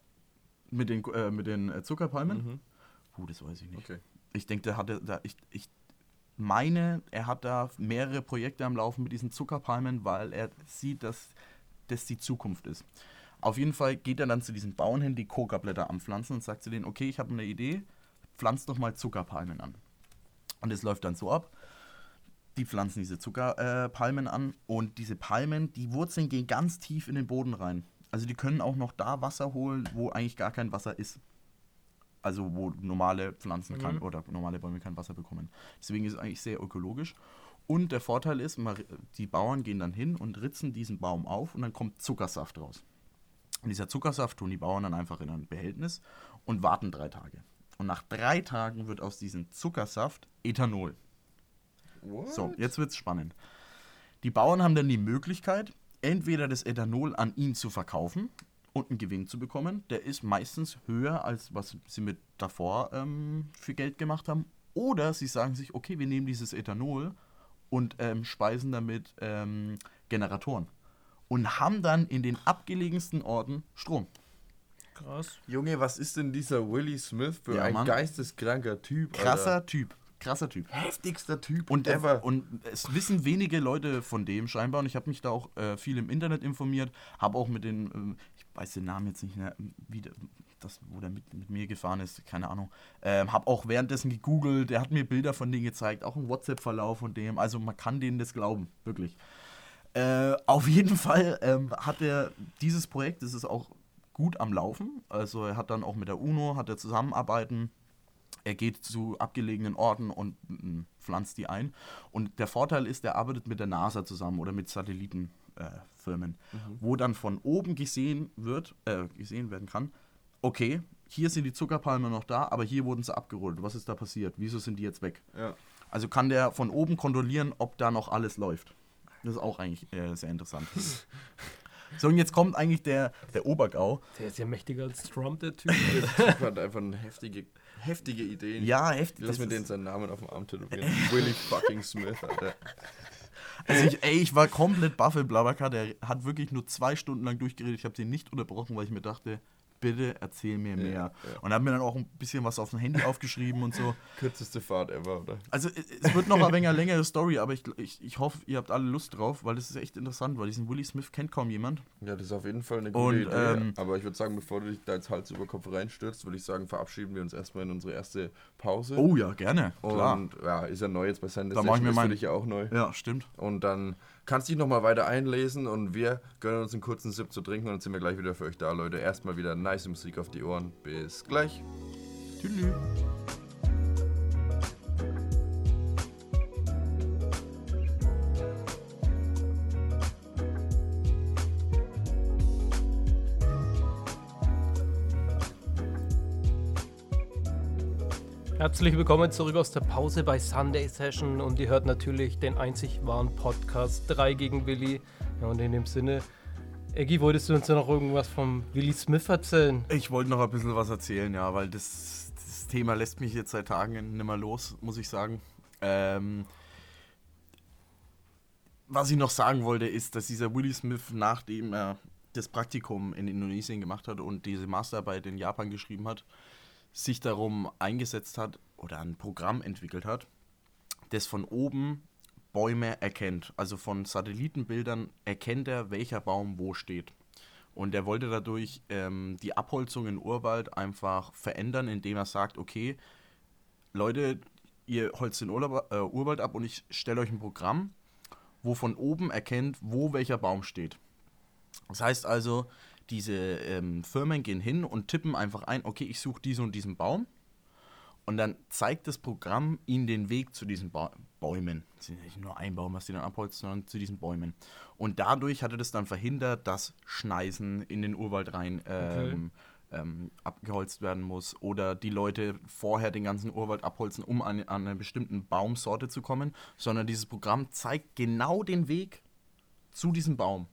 mit den, äh, mit den äh, Zuckerpalmen. Mhm. Puh, das weiß ich nicht. Okay. Ich denke, der hatte da, ich, ich meine, er hat da mehrere Projekte am Laufen mit diesen Zuckerpalmen, weil er sieht, dass das die Zukunft ist. Auf jeden Fall geht er dann zu diesen Bauern hin, die Kokablätter anpflanzen und sagt zu denen, okay, ich habe eine Idee, pflanzt doch mal Zuckerpalmen an. Und es läuft dann so ab, die pflanzen diese Zuckerpalmen äh, an und diese Palmen, die Wurzeln gehen ganz tief in den Boden rein. Also die können auch noch da Wasser holen, wo eigentlich gar kein Wasser ist. Also wo normale Pflanzen kann, Mhm. oder normale Bäume kein Wasser bekommen. Deswegen ist es eigentlich sehr ökologisch. Und der Vorteil ist, man, die Bauern gehen dann hin und ritzen diesen Baum auf und dann kommt Zuckersaft raus. Und dieser Zuckersaft tun die Bauern dann einfach in ein Behältnis und warten drei Tage. Und nach drei Tagen wird aus diesem Zuckersaft Ethanol. What? So, jetzt wird's spannend. Die Bauern haben dann die Möglichkeit, entweder das Ethanol an ihn zu verkaufen und einen Gewinn zu bekommen. Der ist meistens höher, als was sie mit davor ähm, für Geld gemacht haben. Oder sie sagen sich, okay, wir nehmen dieses Ethanol und ähm, speisen damit ähm, Generatoren. Und haben dann in den abgelegensten Orten Strom. Krass. Junge, was ist denn dieser Willie Smith für Ja, ein Mann. geisteskranker Typ? Krasser Alter. Typ. Krasser Typ. Heftigster Typ Und, ever. er, und es wissen wenige Leute von dem scheinbar. Und ich habe mich da auch äh, viel im Internet informiert. Habe auch mit den, ähm, ich weiß den Namen jetzt nicht mehr, wie der, das, wo der mit, mit mir gefahren ist, keine Ahnung. Ähm, habe auch währenddessen gegoogelt. Der hat mir Bilder von denen gezeigt. Auch einen WhatsApp-Verlauf von dem. Also man kann denen das glauben. Wirklich. Äh, auf jeden Fall ähm, hat er dieses Projekt, das ist auch gut am Laufen. Also er hat dann auch mit der UNO, hat er zusammenarbeiten. er geht zu abgelegenen Orten und mh, pflanzt die ein. Und der Vorteil ist, er arbeitet mit der NASA zusammen oder mit Satellitenfirmen, äh, mhm. wo dann von oben gesehen wird, äh, gesehen werden kann, okay, hier sind die Zuckerpalmen noch da, aber hier wurden sie abgerollt. Was ist da passiert? Wieso sind die jetzt weg? Ja. Also kann der von oben kontrollieren, ob da noch alles läuft. Das ist auch eigentlich äh, sehr interessant. So, und jetzt kommt eigentlich der, der Obergau. Der ist ja mächtiger als Trump, der Typ. Der Typ hat einfach eine heftige, heftige Ideen. Ja, heftig. Lass mir den seinen Namen auf dem Arm tätowieren. Willie fucking Smith, Alter. Also ich, ey, ich war komplett baff im Blablacar. Der hat wirklich nur zwei Stunden lang durchgeredet. Ich habe den nicht unterbrochen, weil ich mir dachte, bitte erzähl mir mehr. Ja, ja. Und habe mir dann auch ein bisschen was auf dem Handy aufgeschrieben und so. Kürzeste Fahrt ever, oder? Also es wird noch ein wenig eine längere Story, aber ich, ich, ich hoffe, ihr habt alle Lust drauf, weil das ist echt interessant, weil diesen Willie Smith kennt kaum jemand. Ja, das ist auf jeden Fall eine gute und, Idee. Ähm, aber ich würde sagen, bevor du dich da jetzt Hals über Kopf reinstürzt, würde ich sagen, verabschieden wir uns erstmal in unsere erste Pause. Oh ja, gerne, klar. Und ja, ist ja neu jetzt bei Sunday da Session, ist mein... für dich ja auch neu. Ja, stimmt. Und dann kannst du dich nochmal weiter einlesen und wir gönnen uns einen kurzen Sip zu trinken und dann sind wir gleich wieder für euch da, Leute. Erstmal wieder nice Musik auf die Ohren. Bis gleich. Tschüss. Herzlich willkommen zurück aus der Pause bei Sunday Session und ihr hört natürlich den einzig wahren Podcast drei gegen Willi. Ja, und in dem Sinne, Eggy, wolltest du uns ja noch irgendwas vom Willie Smith erzählen? Ich wollte noch ein bisschen was erzählen, ja, weil das, das Thema lässt mich jetzt seit Tagen nicht mehr los, muss ich sagen. Ähm, was ich noch sagen wollte, ist, dass dieser Willie Smith, nachdem er das Praktikum in Indonesien gemacht hat und diese Masterarbeit in Japan geschrieben hat, sich darum eingesetzt hat oder ein Programm entwickelt hat, das von oben Bäume erkennt. Also von Satellitenbildern erkennt er, welcher Baum wo steht. Und er wollte dadurch ähm, die Abholzung in Urwald einfach verändern, indem er sagt, okay, Leute, ihr holzt den Urlaub, äh, Urwald ab und ich stelle euch ein Programm, wo von oben erkennt, wo welcher Baum steht. Das heißt also, diese ähm, Firmen gehen hin und tippen einfach ein, okay, ich suche diesen und diesen Baum. Und dann zeigt das Programm ihnen den Weg zu diesen ba- Bäumen. Es ist nicht nur ein Baum, was die dann abholzt, sondern zu diesen Bäumen. Und dadurch hat er das dann verhindert, dass Schneisen in den Urwald rein ähm, okay. ähm, abgeholzt werden muss. Oder die Leute vorher den ganzen Urwald abholzen, um an, an eine bestimmte Baumsorte zu kommen. Sondern dieses Programm zeigt genau den Weg zu diesem Baum.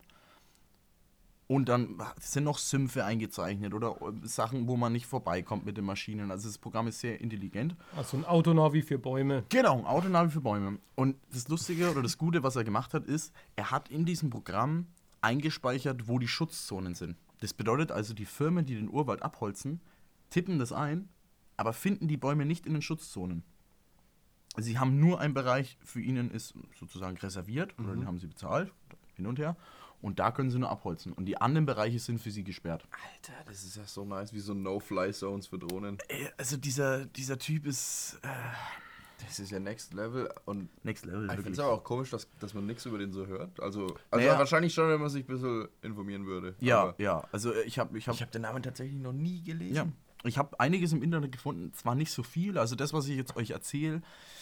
Und dann sind noch Sümpfe eingezeichnet oder Sachen, wo man nicht vorbeikommt mit den Maschinen. Also das Programm ist sehr intelligent. Also ein Autonavi für Bäume. Genau, ein Autonavi für Bäume. Und das Lustige oder das Gute, was er gemacht hat, ist, er hat in diesem Programm eingespeichert, wo die Schutzzonen sind. Das bedeutet also, die Firmen, die den Urwald abholzen, tippen das ein, aber finden die Bäume nicht in den Schutzzonen. Sie haben nur einen Bereich, für ihnen ist sozusagen reserviert, oder mhm. den haben sie bezahlt, hin und her. Und da können sie nur abholzen. Und die anderen Bereiche sind für sie gesperrt. Alter, das ist ja so nice, wie so No-Fly-Zones für Drohnen. Also dieser, dieser Typ ist... Äh, das ist ja Next Level. Und Next Level, ich finde es wirklich. aber auch komisch, dass, dass man nichts über den so hört. Also, also naja. wahrscheinlich schon, wenn man sich ein bisschen informieren würde. Ja, aber ja. Also ich habe... Ich habe ich hab den Namen tatsächlich noch nie gelesen. Ja, ich habe einiges im Internet gefunden. Zwar nicht so viel. Also das, was ich jetzt euch erzähle,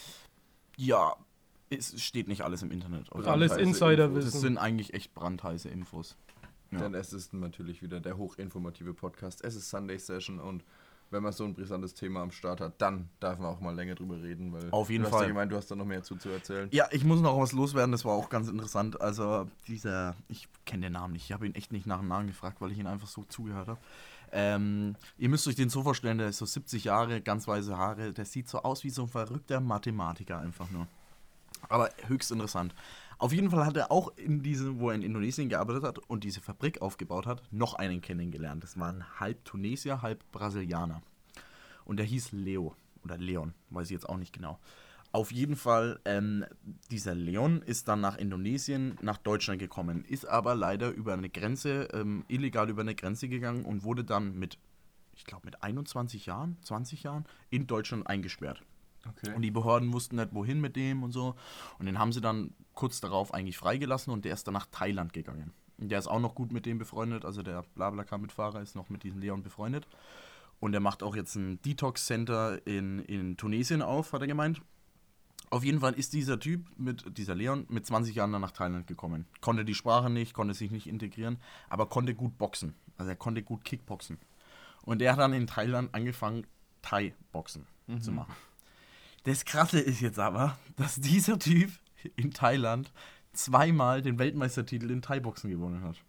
ja... Es steht nicht alles im Internet. Alles Insiderwissen. Das sind eigentlich echt brandheiße Infos. Ja. Denn es ist natürlich wieder der hochinformative Podcast. Es ist Sunday Session und wenn man so ein brisantes Thema am Start hat, dann darf man auch mal länger drüber reden. Weil auf jeden du Fall. hast ja gemeint, du hast da noch mehr zu, zu erzählen. Ja, ich muss noch was loswerden. Das war auch ganz interessant. Also dieser, ich kenne den Namen nicht. Ich habe ihn echt nicht nach dem Namen gefragt, weil ich ihn einfach so zugehört habe. Ähm, ihr müsst euch den so vorstellen, der ist so siebzig Jahre, ganz weiße Haare. Der sieht so aus wie so ein verrückter Mathematiker einfach nur. Aber höchst interessant. Auf jeden Fall hat er auch in diesem, wo er in Indonesien gearbeitet hat und diese Fabrik aufgebaut hat, noch einen kennengelernt. Das war ein halb Tunesier, halb Brasilianer. Und der hieß Leo oder Leon, weiß ich jetzt auch nicht genau. Auf jeden Fall, ähm, dieser Leon ist dann nach Indonesien, nach Deutschland gekommen, ist aber leider über eine Grenze, ähm, illegal über eine Grenze gegangen und wurde dann mit, ich glaube mit einundzwanzig Jahren, zwanzig Jahren in Deutschland eingesperrt. Okay. Und die Behörden wussten nicht, wohin mit dem und so. Und den haben sie dann kurz darauf eigentlich freigelassen und der ist dann nach Thailand gegangen. Und der ist auch noch gut mit dem befreundet, also der BlaBlaCar-Mitfahrer ist noch mit diesem Leon befreundet. Und er macht auch jetzt ein Detox-Center in, in Tunesien auf, hat er gemeint. Auf jeden Fall ist dieser Typ, mit dieser Leon, mit zwanzig Jahren dann nach Thailand gekommen. Konnte die Sprache nicht, konnte sich nicht integrieren, aber konnte gut boxen. Also er konnte gut Kickboxen. Und er hat dann in Thailand angefangen, Thai-Boxen mhm. zu machen. Das Krasse ist jetzt aber, dass dieser Typ in Thailand zweimal den Weltmeistertitel in Thai-Boxen gewonnen hat.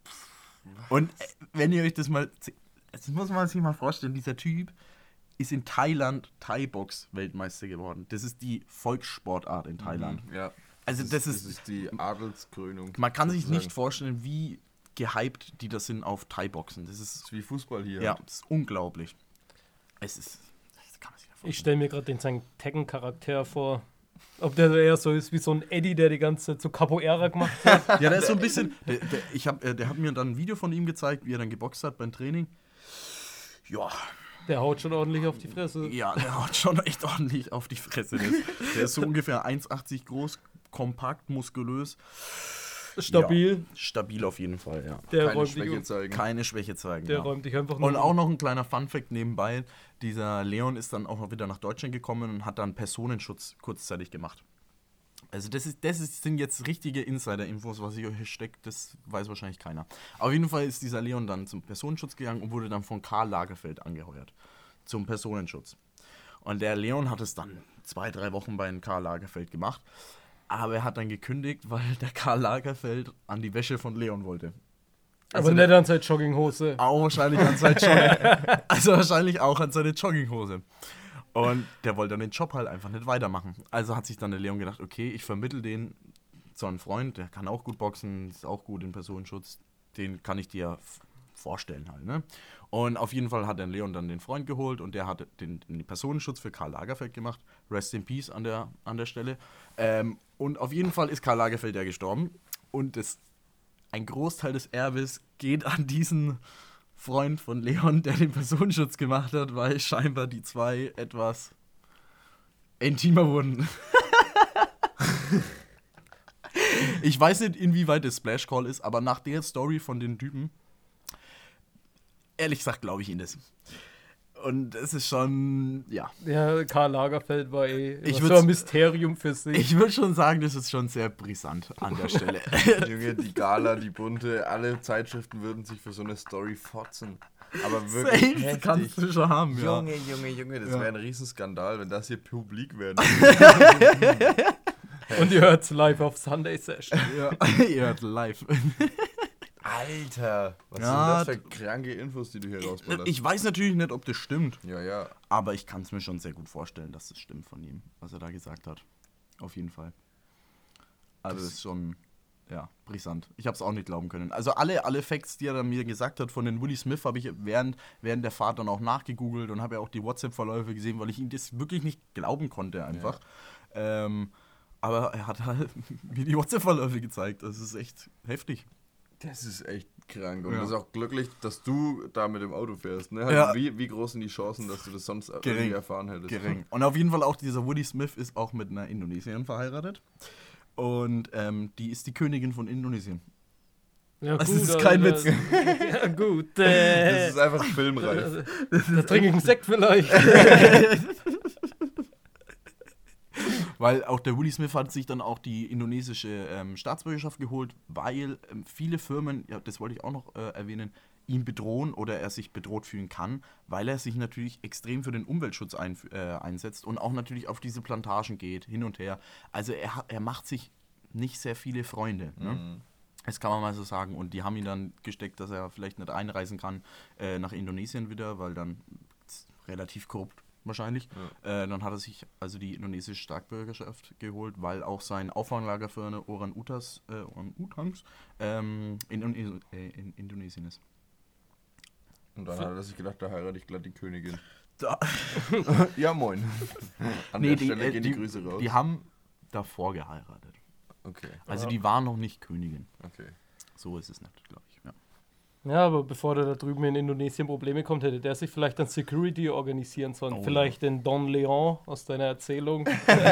Und wenn ihr euch das mal... Das muss man sich mal vorstellen, dieser Typ ist in Thailand Thai-Box-Weltmeister geworden. Das ist die Volkssportart in Thailand. Mhm, ja. Also das, das, ist, ist, das ist die Adelskrönung. Man kann sich sozusagen. nicht vorstellen, wie gehypt die das sind auf Thai-Boxen. Das ist, das ist wie Fußball hier. Ja, das ist unglaublich. Es ist... Das kann man sich nicht vorstellen. Ich stelle mir gerade den seinen Tekken-Charakter vor. Ob der eher so ist wie so ein Eddie, der die ganze Zeit so Capoeira gemacht hat. Ja, der ist so ein bisschen... Der, der, ich hab, der hat mir dann ein Video von ihm gezeigt, wie er dann geboxt hat beim Training. Ja... Der haut schon ordentlich auf die Fresse. Ja, der haut schon echt ordentlich auf die Fresse. Der ist, der ist so ungefähr eins achtzig groß, kompakt, muskulös. Stabil. Ja, stabil auf jeden Fall, ja. Der Keine räumt Schwäche dich, zeigen. Keine Schwäche zeigen. der ja. räumt dich einfach nur. Und auch noch ein kleiner Funfact nebenbei. Dieser Leon ist dann auch noch wieder nach Deutschland gekommen und hat dann Personenschutz kurzzeitig gemacht. Also das, ist, das ist, sind jetzt richtige Insider-Infos, was ich euch steckt, das weiß wahrscheinlich keiner. Auf jeden Fall ist dieser Leon dann zum Personenschutz gegangen und wurde dann von Karl Lagerfeld angeheuert. Zum Personenschutz. Und der Leon hat es dann zwei, drei Wochen bei Karl Lagerfeld gemacht. Aber er hat dann gekündigt, weil der Karl Lagerfeld an die Wäsche von Leon wollte. Aber nicht an seine Jogginghose. Auch wahrscheinlich an seine Jogging, also wahrscheinlich auch an seine Jogginghose. Und der wollte dann den Job halt einfach nicht weitermachen. Also hat sich dann der Leon gedacht, okay, ich vermittel den zu einem Freund, der kann auch gut boxen, ist auch gut in Personenschutz, den kann ich dir f- vorstellen halt, ne? Und auf jeden Fall hat der Leon dann den Freund geholt und der hat den, den Personenschutz für Karl Lagerfeld gemacht. Rest in Peace an der, an der Stelle. Ähm, und auf jeden Fall ist Karl Lagerfeld ja gestorben. Und das, ein Großteil des Erbes geht an diesen Freund von Leon, der den Personenschutz gemacht hat, weil scheinbar die zwei etwas intimer wurden. Ich weiß nicht, inwieweit das Splash Call ist, aber nach der Story von den Typen, ehrlich gesagt, glaube ich ihnen das. Und es ist schon, ja. Ja, Karl Lagerfeld war eh Ich so würd's- ein Mysterium für sich. Ich würde schon sagen, das ist schon sehr brisant an der Stelle. Junge, die Gala, die Bunte, alle Zeitschriften würden sich für so eine Story fotzen. Aber wirklich Safe heftig. kannst du schon haben, ja. Junge, Junge, Junge, das Ja. wäre ein Riesenskandal, wenn das hier publik wäre. Und ihr hört's live auf Sunday Session. Ja, ihr hört live. Alter, was Ja, sind das für kranke Infos, die du hier rausballerst? Ich weiß natürlich nicht, ob das stimmt, ja, ja. aber ich kann es mir schon sehr gut vorstellen, dass das stimmt von ihm, was er da gesagt hat. Auf jeden Fall. Also das ist schon, ja, brisant. Ich habe es auch nicht glauben können. Also alle, alle Facts, die er dann mir gesagt hat von den Willie Smith, habe ich während, während der Fahrt dann auch nachgegoogelt und habe ja auch die WhatsApp-Verläufe gesehen, weil ich ihm das wirklich nicht glauben konnte einfach. Ja. Ähm, aber er hat halt mir die WhatsApp-Verläufe gezeigt. Das ist echt heftig. Das ist echt krank. Und Ja. das ist auch glücklich, dass du da mit dem Auto fährst. Ne? Ja. Wie, wie groß sind die Chancen, dass du das sonst Gering. irgendwie erfahren hättest? Gering. Und auf jeden Fall auch dieser Woody Smith ist auch mit einer Indonesierin verheiratet. Und ähm, die ist die Königin von Indonesien. Ja, Das gut, ist kein Alter. Witz. Ja, gut. Das Äh, ist einfach filmreif. da trinke ich einen Sekt vielleicht. Weil auch der Woody Smith hat sich dann auch die indonesische ähm, Staatsbürgerschaft geholt, weil ähm, viele Firmen, ja, das wollte ich auch noch äh, erwähnen, ihn bedrohen oder er sich bedroht fühlen kann, weil er sich natürlich extrem für den Umweltschutz ein, äh, einsetzt und auch natürlich auf diese Plantagen geht, hin und her. Also er, hat- er macht sich nicht sehr viele Freunde. Ne? Mhm. Das kann man mal so sagen. Und die haben ihn dann gesteckt, dass er vielleicht nicht einreisen kann äh, nach Indonesien wieder, weil dann ist relativ korrupt wahrscheinlich. Ja. Äh, dann hat er sich also die indonesische Staatsbürgerschaft geholt, weil auch sein Auffanglager für eine Orang-Utas, äh, Orang-Utans ähm, in, in, äh, in Indonesien ist. Und dann hat er sich gedacht, da heirate ich glatt die Königin. Da, Ja, moin. An nee, der die, Stelle äh, gehen die, die, Grüße raus. die haben davor geheiratet. Okay, Also Ja. die war noch nicht Königin. okay. So ist es nicht, glaube ich. Ja. Ja, aber bevor der da drüben in Indonesien Probleme kommt, hätte der sich vielleicht dann Security organisieren sollen. Oh, vielleicht den Don Leon aus deiner Erzählung.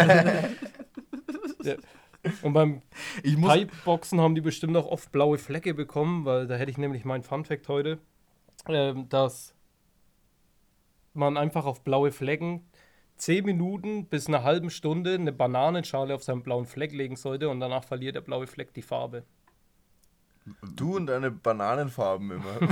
Ja. Und beim Ich muss, Thai-Boxen haben die bestimmt auch oft blaue Flecke bekommen, weil da hätte ich nämlich meinen Funfact heute, ähm, dass man einfach auf blaue Flecken zehn Minuten bis eine halbe Stunde eine Bananenschale auf seinen blauen Fleck legen sollte und danach verliert der blaue Fleck die Farbe. Du und deine Bananenfarben immer.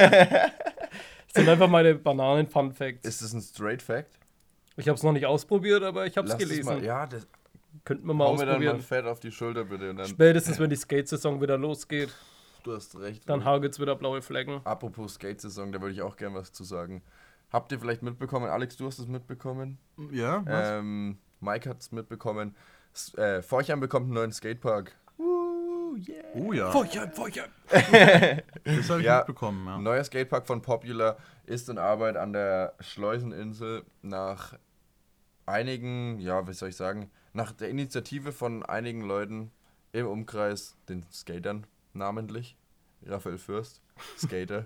Das sind einfach meine Bananen-Fun-Facts. Ist das ein Straight Fact? Ich habe es noch nicht ausprobiert, aber ich habe es Lass es gelesen. Mal, ja, das Könnten wir mal hau mir dann mal ausprobieren. fett auf die Schulter bitte. Und dann, Spätestens, wenn die Skate-Saison wieder losgeht, du hast recht. dann hagelt's wieder blaue Flecken. Apropos Skate-Saison, da würde ich auch gern was zu sagen. Habt ihr vielleicht mitbekommen, Alex, du hast es mitbekommen? Ja, was? Ähm, Mike hat es mitbekommen. S äh, Forchheim bekommt einen neuen Skatepark. Woo, yeah. Oh ja, Feuchern, feuchern! das habe ich Ja. mitbekommen. Ja. Ein neuer Skatepark von Popular ist in Arbeit an der Schleuseninsel nach einigen, ja, wie soll ich sagen, nach der Initiative von einigen Leuten im Umkreis, den Skatern namentlich, Raphael Fürst, Skater,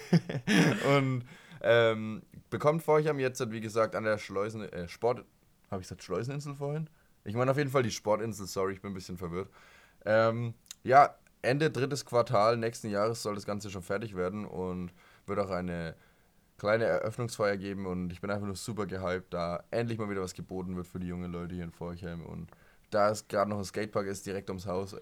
und ähm, bekommt Forchheim jetzt, wie gesagt, an der Schleusen, äh, Sport, habe ich gesagt Schleuseninsel vorhin? Ich meine auf jeden Fall die Sportinsel, sorry, ich bin ein bisschen verwirrt. Ähm, ja, Ende drittes Quartal nächsten Jahres soll das Ganze schon fertig werden und wird auch eine kleine Eröffnungsfeier geben und ich bin einfach nur super gehypt, da endlich mal wieder was geboten wird für die jungen Leute hier in Forchheim und da es gerade noch ein Skatepark ist, direkt ums Haus,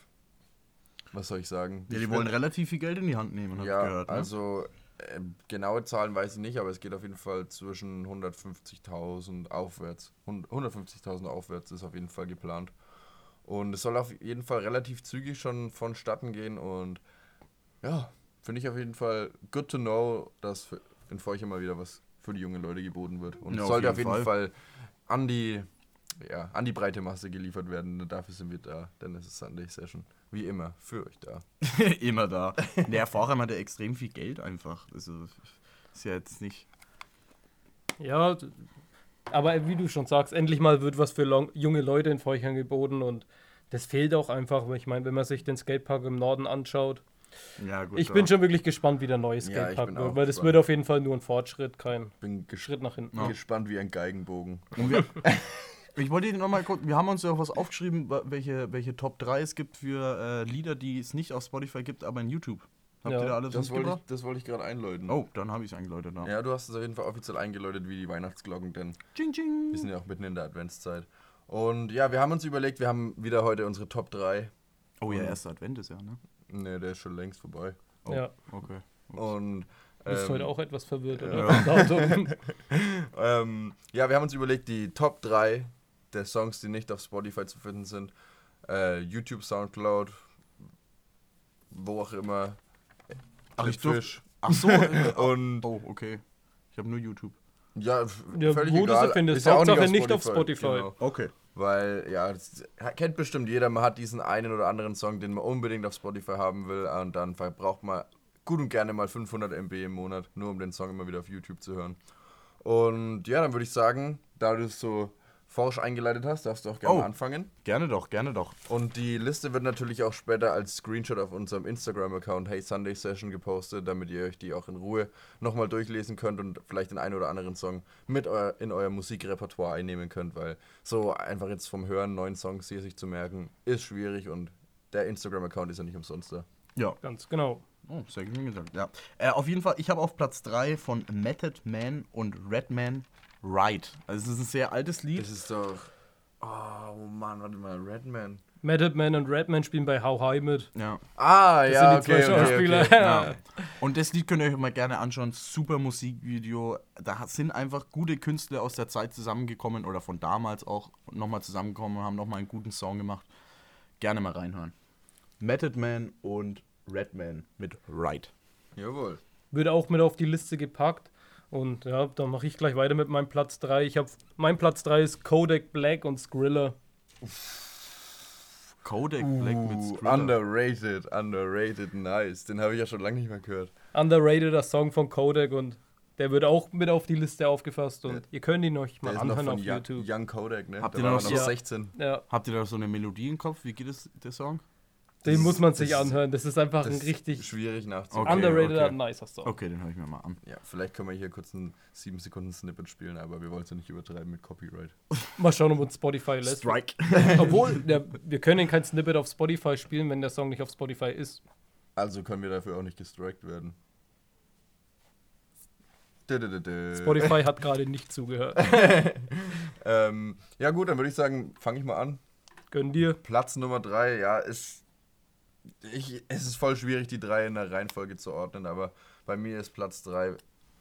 was soll ich sagen? Ja, die Ich wollen find- relativ viel Geld in die Hand nehmen, hab ja, ich gehört. Ne? also äh, genaue Zahlen weiß ich nicht, aber es geht auf jeden Fall zwischen hundertfünfzigtausend aufwärts. hundertfünfzigtausend aufwärts ist auf jeden Fall geplant. Und es soll auf jeden Fall relativ zügig schon vonstatten gehen und ja, finde ich auf jeden Fall good to know, dass für- in Forchheim mal wieder was für die jungen Leute geboten wird. Und Ja, es auf sollte jeden auf jeden Fall. Fall an die, ja, an die breite Masse geliefert werden. Und dafür sind wir da, denn es ist Sunday Session. Wie immer, für euch da. Immer da. Der Vorheim hat ja extrem viel Geld einfach. Also, ist ja jetzt nicht. Ja, d- aber wie du schon sagst, endlich mal wird was für long, junge Leute in Forchheim geboten und das fehlt auch einfach. Weil ich meine, wenn man sich den Skatepark im Norden anschaut, Ja, gut. ich da- bin schon wirklich gespannt, wie der neue Ja, ich Skatepark bin wird, auch weil das gespannt. wird auf jeden Fall nur ein Fortschritt, kein Bin gesch Schritt nach hinten. Ja. gespannt wie ein Geigenbogen. Und wir, ich wollte noch mal kurz, wir haben uns ja auch was aufgeschrieben, wa- welche, welche Top drei es gibt für äh, Lieder, die es nicht auf Spotify gibt, aber in YouTube. Habt Ja, ihr da alles Das wollte ich, mitgebracht? das wollte ich gerade einläuten. Oh, dann habe ich es eingeläutet. Da. Ja, du hast es auf jeden Fall offiziell eingeläutet wie die Weihnachtsglocken, denn Ching, ching. wir sind ja auch mitten in der Adventszeit. Und ja, wir haben uns überlegt, wir haben wieder heute unsere Top drei. Oh ja, erster Advent ist ja, ne? Ne, der ist schon längst vorbei. Oh, Ja. okay. Und Du bist ähm, heute auch etwas verwirrt, oder? ja. Vom Datum. ähm, ja, wir haben uns überlegt, die Top drei der Songs, die nicht auf Spotify zu finden sind, äh, YouTube, Soundcloud, wo auch immer. Ach, ich Clipfish. Ach so. äh, Und oh, okay. Ich habe nur YouTube. ja, f- Ja, völlig wo du egal. sie findest, Ist ja auch Hauptsache nicht auf Spotify. Genau. Okay. Weil, ja, das kennt bestimmt jeder, man hat diesen einen oder anderen Song, den man unbedingt auf Spotify haben will und dann verbraucht man gut und gerne mal fünfhundert Megabyte im Monat, nur um den Song immer wieder auf YouTube zu hören. Und ja, dann würde ich sagen, da du es so forsch eingeleitet hast, darfst du auch gerne Oh. mal anfangen. Gerne doch, gerne doch. Und die Liste wird natürlich auch später als Screenshot auf unserem Instagram-Account Hey Sunday Session gepostet, damit ihr euch die auch in Ruhe nochmal durchlesen könnt und vielleicht den einen oder anderen Song mit eu in euer Musikrepertoire einnehmen könnt, weil so einfach jetzt vom Hören neuen Songs hier sich zu merken, ist schwierig und der Instagram-Account ist ja nicht umsonst da. Ja. Ganz genau. Oh, sehr gut gesagt. Ja. Äh, auf jeden Fall, ich habe auf Platz drei von Method Man und Redman Ride. Also es ist ein sehr altes Lied. Das ist doch... Oh Mann, warte mal, Redman. Method Man und Redman spielen bei How High mit. Ja. Ah, Das ja, sind die zwei okay, okay, Schauspieler. okay. Ja. Und das Lied könnt ihr euch mal gerne anschauen. Super Musikvideo. Da sind einfach gute Künstler aus der Zeit zusammengekommen oder von damals auch nochmal zusammengekommen und haben nochmal einen guten Song gemacht. Gerne mal reinhören. Method Man und Redman mit Ride. Jawohl. Wird auch mit auf die Liste gepackt. Und ja, dann mache ich gleich weiter mit meinem Platz drei. Ich habe mein Platz drei ist Kodak Black und Skrilla. Kodak Black mit Uh, Skrilla. underrated, underrated, nice. Den habe ich ja schon lange nicht mehr gehört. Underrateder Song von Kodak und der wird auch mit auf die Liste aufgefasst und Ja. ihr könnt ihn euch mal Der ist noch anhören von auf Young, YouTube. Young Kodak, ne? Habt Da ihr war noch er so- noch sechzehn. Ja, Habt ihr da so eine Melodie im Kopf? Wie geht es, der Song? den Das muss ist- man sich das ist- anhören. Das ist einfach Das ein ist richtig schwierig nachzuvollziehen. Okay, underrateder, okay. nicer Song. Okay, den höre ich mir mal an. Ja, vielleicht können wir hier kurz einen sieben Sekunden Snippet spielen, aber wir wollen es ja nicht übertreiben mit Copyright. Mal schauen, ob uns Spotify lässt. Strike. Obwohl, der, wir können kein Snippet auf Spotify spielen, wenn der Song nicht auf Spotify ist. Also können wir dafür auch nicht gestrikt werden. Spotify hat gerade nicht zugehört. ähm, ja gut, dann würde ich sagen, fange ich mal an. Gönn dir. Platz Nummer drei, ja, ist... Ich, es ist voll schwierig, die drei in der Reihenfolge zu ordnen, aber bei mir ist Platz drei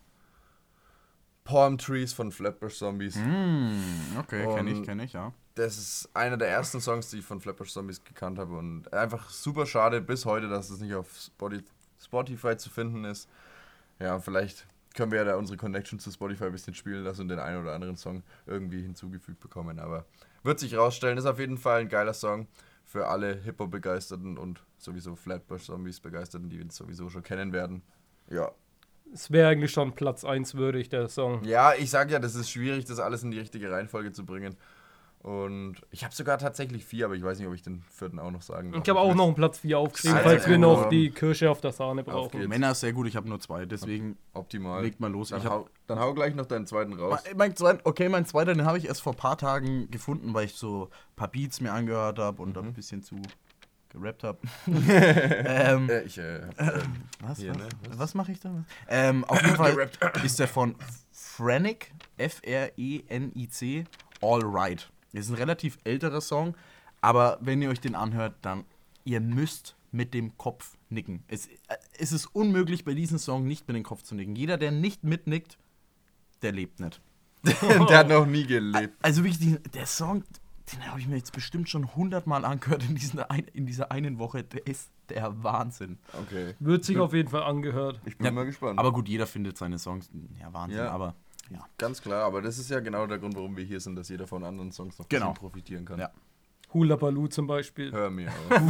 Palm Trees von Flatbush Zombies. Mm, okay, kenne ich, Und kenne ich, ja. Das ist einer der ersten Songs, die ich von Flatbush Zombies gekannt habe und einfach super schade bis heute, dass es nicht auf Spotify, Spotify zu finden ist. Ja, vielleicht können wir ja da unsere Connection zu Spotify ein bisschen spielen lassen und den einen oder anderen Song irgendwie hinzugefügt bekommen, aber wird sich rausstellen, ist auf jeden Fall ein geiler Song für alle Hip-Hop-Begeisterten und sowieso Flatbush Zombies Begeisterten, die wir sowieso schon kennen werden. Ja. Es wäre eigentlich schon Platz eins würdig, der Song. Ja, ich sag ja, das ist schwierig, das alles in die richtige Reihenfolge zu bringen. Und ich habe sogar tatsächlich vier, aber ich weiß nicht, ob ich den vierten auch noch sagen darf. Ich habe auch noch einen Platz vier aufgeschrieben, Alter, falls wir ja, noch ja. die Kirsche auf der Sahne brauchen. geht's. Männer ist sehr gut, ich habe nur zwei, deswegen Optimal. legt mal los. Dann, Ich hab, hau, dann hau gleich noch deinen zweiten raus. mein zweiter, okay, mein zweiter, den habe ich erst vor ein paar Tagen gefunden, weil ich so ein paar Beats mir angehört habe und Mhm. ein bisschen zu gerappt habe. ähm, Äh, ich, äh, hab, äh, was hier, was, ne? Was? was mache ich da? Ähm, auf jeden Fall ist der von Frenic, F R E N I C, All Right. Das ist ein relativ älterer Song, aber wenn ihr euch den anhört, dann ihr müsst mit dem Kopf nicken. Es, äh, es ist unmöglich, bei diesem Song nicht mit dem Kopf zu nicken. Jeder, der nicht mitnickt, der lebt nicht. Der hat noch nie gelebt. Also wirklich, die, der Song, den habe ich mir jetzt bestimmt schon hundertmal angehört in, diesen ein, in dieser einen Woche. Der ist der Wahnsinn. Okay. Wird sich auf jeden Fall angehört. Ich bin Ja, mal gespannt. Aber gut, jeder findet seine Songs. Ja, Wahnsinn, Ja. aber ja. Ganz klar, aber das ist ja genau der Grund, warum wir hier sind, dass jeder von anderen Songs noch ein Genau. bisschen profitieren kann. Ja. Hula Baloo zum Beispiel. Hör mir auf.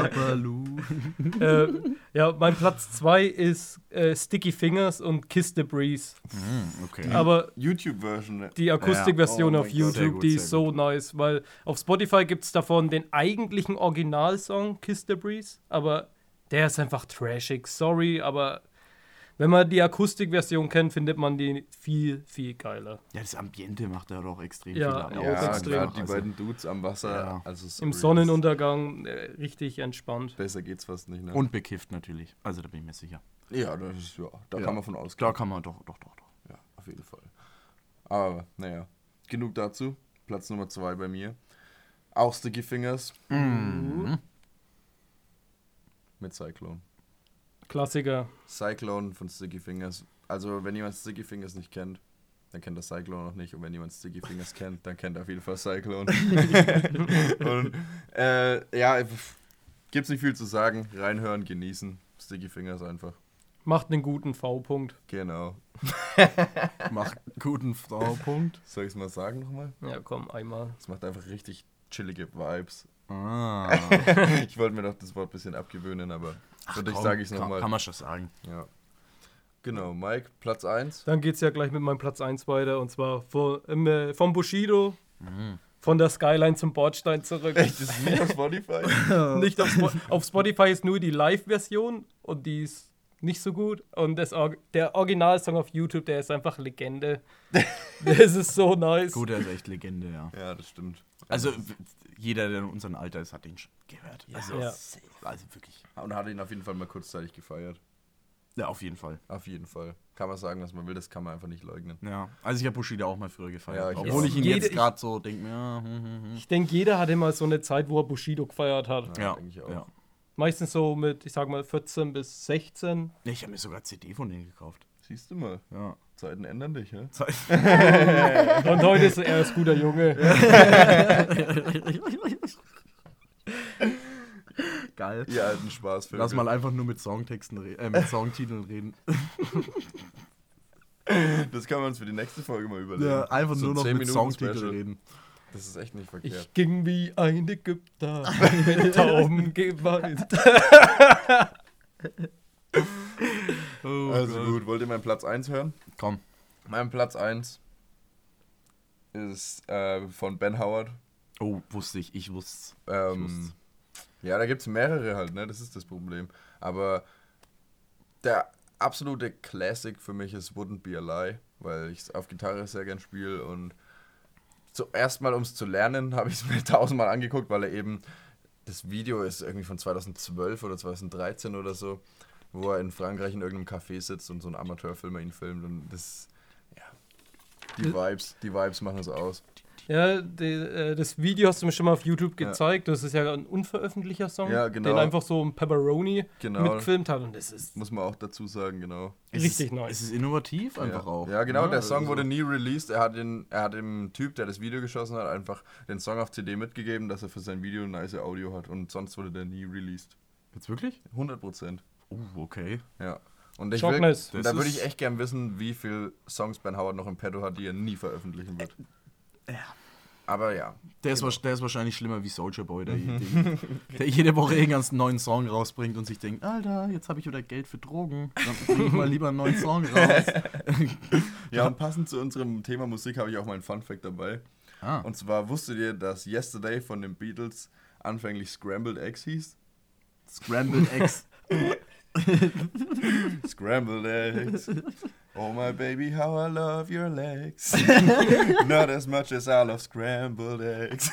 äh, ja, mein Platz zwei ist äh, Sticky Fingers und Kiss the Breeze. Mm, okay. Aber YouTube-Version. Ne? die Akustikversion Ja. Oh auf mein Gott. Sehr YouTube, gut, die sehr ist so nice, weil auf Spotify gibt es davon den eigentlichen Originalsong Kiss the Breeze, aber der ist einfach trashig. Sorry, aber wenn man die Akustikversion kennt, findet man die viel, viel geiler. Ja, das Ambiente macht er doch extrem Ja, viel. auch Ja, extrem. gerade die Also, beiden Dudes am Wasser. Ja. Also sorry, Im Sonnenuntergang äh, richtig entspannt. das- Besser geht's fast nicht, ne? Und bekifft natürlich. Also da bin ich mir sicher. ja, das ist, ja, da Ja. kann man von ausgehen. Klar kann man doch, doch, doch, doch. Ja, auf jeden Fall. Aber, naja, genug dazu. Platz Nummer zwei bei mir. Auch Sticky Fingers Mhm. mit Cyclone. Klassiker. Cyclone von Sticky Fingers. Also, wenn jemand Sticky Fingers nicht kennt, dann kennt er Cyclone noch nicht. Und wenn jemand Sticky Fingers kennt, dann kennt er auf jeden Fall Cyclone. Und, äh, ja, pf, gibt's nicht viel zu sagen. Reinhören, genießen. Sticky Fingers einfach. Macht einen guten V-Punkt. Genau. Macht guten Frau-Punkt. Soll ich's mal sagen nochmal? Ja, komm, einmal. Es macht einfach richtig chillige Vibes. Ah. Ich wollte mir doch das Wort ein bisschen abgewöhnen, aber Ach, für dich komm, sage ich es kann, nochmal. kann man schon sagen. Ja. Genau, Mike, Platz eins. Dann geht's ja gleich mit meinem Platz eins weiter und zwar von, ähm, äh, vom Bushido, Mhm. von der Skyline zum Bordstein zurück. Echt, das ist nicht auf Spotify? Nicht auf, Spo auf Spotify ist nur die Live-Version und die ist nicht so gut. Und das, Or- der Originalsong auf YouTube, der ist einfach Legende. Das ist so nice. Gut, er ist echt Legende, ja. Ja, das stimmt. Also w- jeder, der in unserem Alter ist, hat ihn schon gehört. Also, Ja. also wirklich. Und hat ihn auf jeden Fall mal kurzzeitig gefeiert. Ja, auf jeden Fall. Auf jeden Fall. Kann man sagen, was man will, das kann man einfach nicht leugnen. Ja. Also ich habe Bushido auch mal früher gefeiert. Ja, ich obwohl auch. ich ihn Jede- jetzt gerade so denke, ja, hm, hm, hm. Ich denke, jeder hatte mal so eine Zeit, wo er Bushido gefeiert hat. Ja, denke ich auch. ja. Meistens so mit, ich sag mal, vierzehn bis sechzehn. Nee, ich habe mir sogar C D von denen gekauft. Siehst du mal, Ja. Zeiten ändern dich, ja? Und heute ist er ein guter Junge. Geil. Ihr alten Spaßvögel. Lass mal einfach nur mit Songtexten re äh, mit Songtiteln reden. Das können wir uns für die nächste Folge mal überlegen. Ja, einfach So nur noch zehn mit Minuten Songtiteln Special. reden. Das ist echt nicht verkehrt. Ich ging wie ein Ägypter mit Tauben geweint. Oh Also Gott. gut, wollt ihr meinen Platz eins hören? Komm. Mein Platz eins ist äh, von Ben Howard. Oh, wusste ich, ich wusste. Ähm, ja, da gibt es mehrere halt, ne? Das ist das Problem. Aber der absolute Classic für mich ist Wouldn't Be a Lie, weil ich es auf Gitarre sehr gern spiele und zuerst mal, um es zu lernen, habe ich es mir tausendmal angeguckt, weil er eben, das Video ist irgendwie von zweitausendzwölf oder zweitausenddreizehn oder so, wo er in Frankreich in irgendeinem Café sitzt und so ein Amateurfilmer ihn filmt und das Die Vibes, die Vibes machen es aus. Ja, die, äh, das Video hast du mir schon mal auf YouTube gezeigt. Ja. Das ist ja ein unveröffentlichter Song, ja, genau. den einfach so ein Pepperoni genau. mitgefilmt hat. Und das ist muss man auch dazu sagen, genau. Richtig es nice. Es ist innovativ einfach ja. auch. Ja, genau. Ja, der Song also wurde nie released. Er hat, den, er hat dem Typ, der das Video geschossen hat, einfach den Song auf C D mitgegeben, dass er für sein Video ein nice Audio hat. Und sonst wurde der nie released. Jetzt wirklich? hundert Prozent. Oh, okay. Ja. Und ich will, nice. da würde ich echt gern wissen, wie viele Songs Ben Howard noch im Petto hat, die er nie veröffentlichen wird. Ja. Aber ja. Der ist, der ist wahrscheinlich schlimmer wie Soulja Boy, der, der, der jede Woche irgendeinen neuen Song rausbringt und sich denkt, Alter, jetzt habe ich wieder Geld für Drogen, dann bring ich mal lieber einen neuen Song raus. Ja, und passend zu unserem Thema Musik habe ich auch mal einen Funfact dabei. Ah. Und zwar wusstet ihr, dass Yesterday von den Beatles anfänglich Scrambled Eggs hieß? Scrambled Eggs. Scrambled Eggs. Oh my baby, how I love your legs. Not as much as I love scrambled eggs.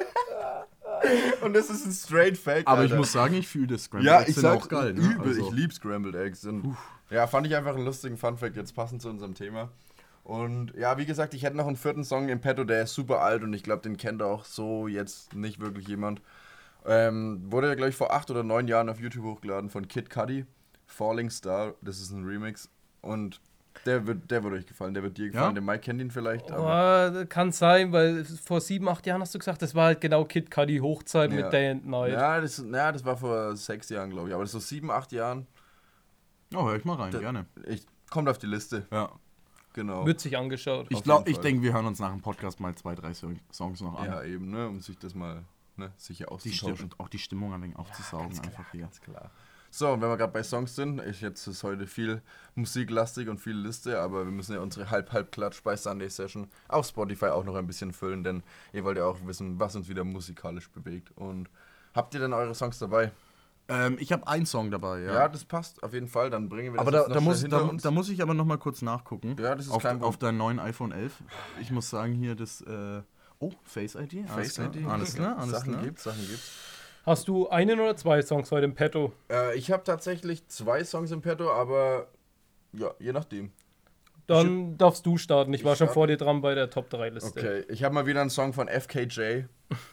Und das ist ein straight Fact, Aber Alter. ich muss sagen, ich fühle das. Scrambled ja, Eggs ich sind sag auch geil. Ne? Übel, Also. ich liebe Scrambled Eggs. Und ja, fand ich einfach einen lustigen Funfact, jetzt passend zu unserem Thema. Und ja, wie gesagt, ich hätte noch einen vierten Song im Petto, der ist super alt und ich glaube, den kennt auch so jetzt nicht wirklich jemand. Ähm, wurde ja, glaube ich, vor acht oder neun Jahren auf YouTube hochgeladen von Kid Cudi. Falling Star, das ist ein Remix. Und der wird, der wird euch gefallen, der wird dir gefallen. Ja? Der Mike kennt ihn vielleicht. Aber Oh, kann sein, weil vor sieben, acht Jahren hast du gesagt, das war halt genau Kid Cudi Hochzeit Ja. mit Day and Night. ja, das, ja, das war vor sechs Jahren, glaube ich. Aber das ist so sieben, acht Jahren. Oh, hör ich mal rein, Da- gerne. Ich, kommt auf die Liste. Ja. Genau. Wird sich angeschaut. Ich Auf glaube, jeden ich Fall. denke, wir hören uns nach dem Podcast mal zwei, drei So- Songs noch an. Ja, eben, ne, um sich das mal ne, sicher Die auszutauschen. Stimmung, auch die Stimmung ein wenig aufzusaugen, ganz einfach hier. Ganz klar. So, und wenn wir gerade bei Songs sind, ich jetzt ist heute viel musiklastig und viel Liste, aber wir müssen ja unsere Halb-Halb-Klatsch bei Sunday Session auf Spotify auch noch ein bisschen füllen, denn ihr wollt ja auch wissen, was uns wieder musikalisch bewegt. Und habt ihr denn eure Songs dabei? Ähm, ich habe einen Song dabei, ja. Ja, das passt auf jeden Fall, dann bringen wir das aber da, jetzt noch da, schnell muss, hinter da, uns. da muss ich aber noch mal kurz nachgucken. Ja, das ist auf, kein Problem. auf deinem neuen iPhone elf. Ich muss sagen, hier das... Äh, oh, Face I D. Alles Face klar, I D. Alles klar, alles Sachen klar. gibt's, Sachen gibt's. Hast du einen oder zwei Songs heute im Petto? Äh, ich habe tatsächlich zwei Songs im Petto, aber ja, je nachdem. Dann darfst du starten. Ich Ich war schon starte? vor dir dran bei der Top drei Liste. Okay, ich habe mal wieder einen Song von F K J.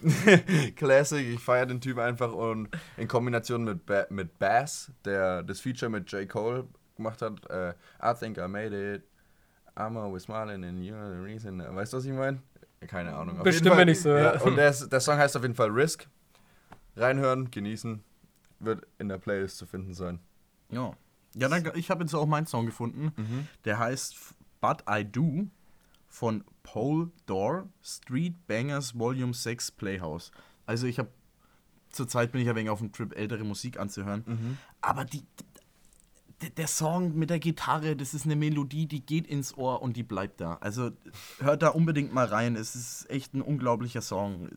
Classic, ich feiere den Typ einfach und in Kombination mit, ba mit Bass, der das Feature mit J. Cole gemacht hat, äh, I think I made it, I'm always smiling and you're the reason. Weißt du, was ich meine? Keine Ahnung. Auf Bestimmt, jeden Fall, wenn ich so ja, höre. und der, ist- der Song heißt auf jeden Fall Risk. Reinhören, genießen, wird in der Playlist zu finden sein. Ja, ja dann, ich habe jetzt auch meinen Song gefunden. Der heißt But I Do von Pole Door Street Bangers Volume sechs Playhouse. Also ich habe, zurzeit bin ich ein wenig auf dem Trip, ältere Musik anzuhören. Aber die, d- der Song mit der Gitarre, das ist eine Melodie, die geht ins Ohr und die bleibt da. Also hört da unbedingt mal rein. Es ist echt ein unglaublicher Song.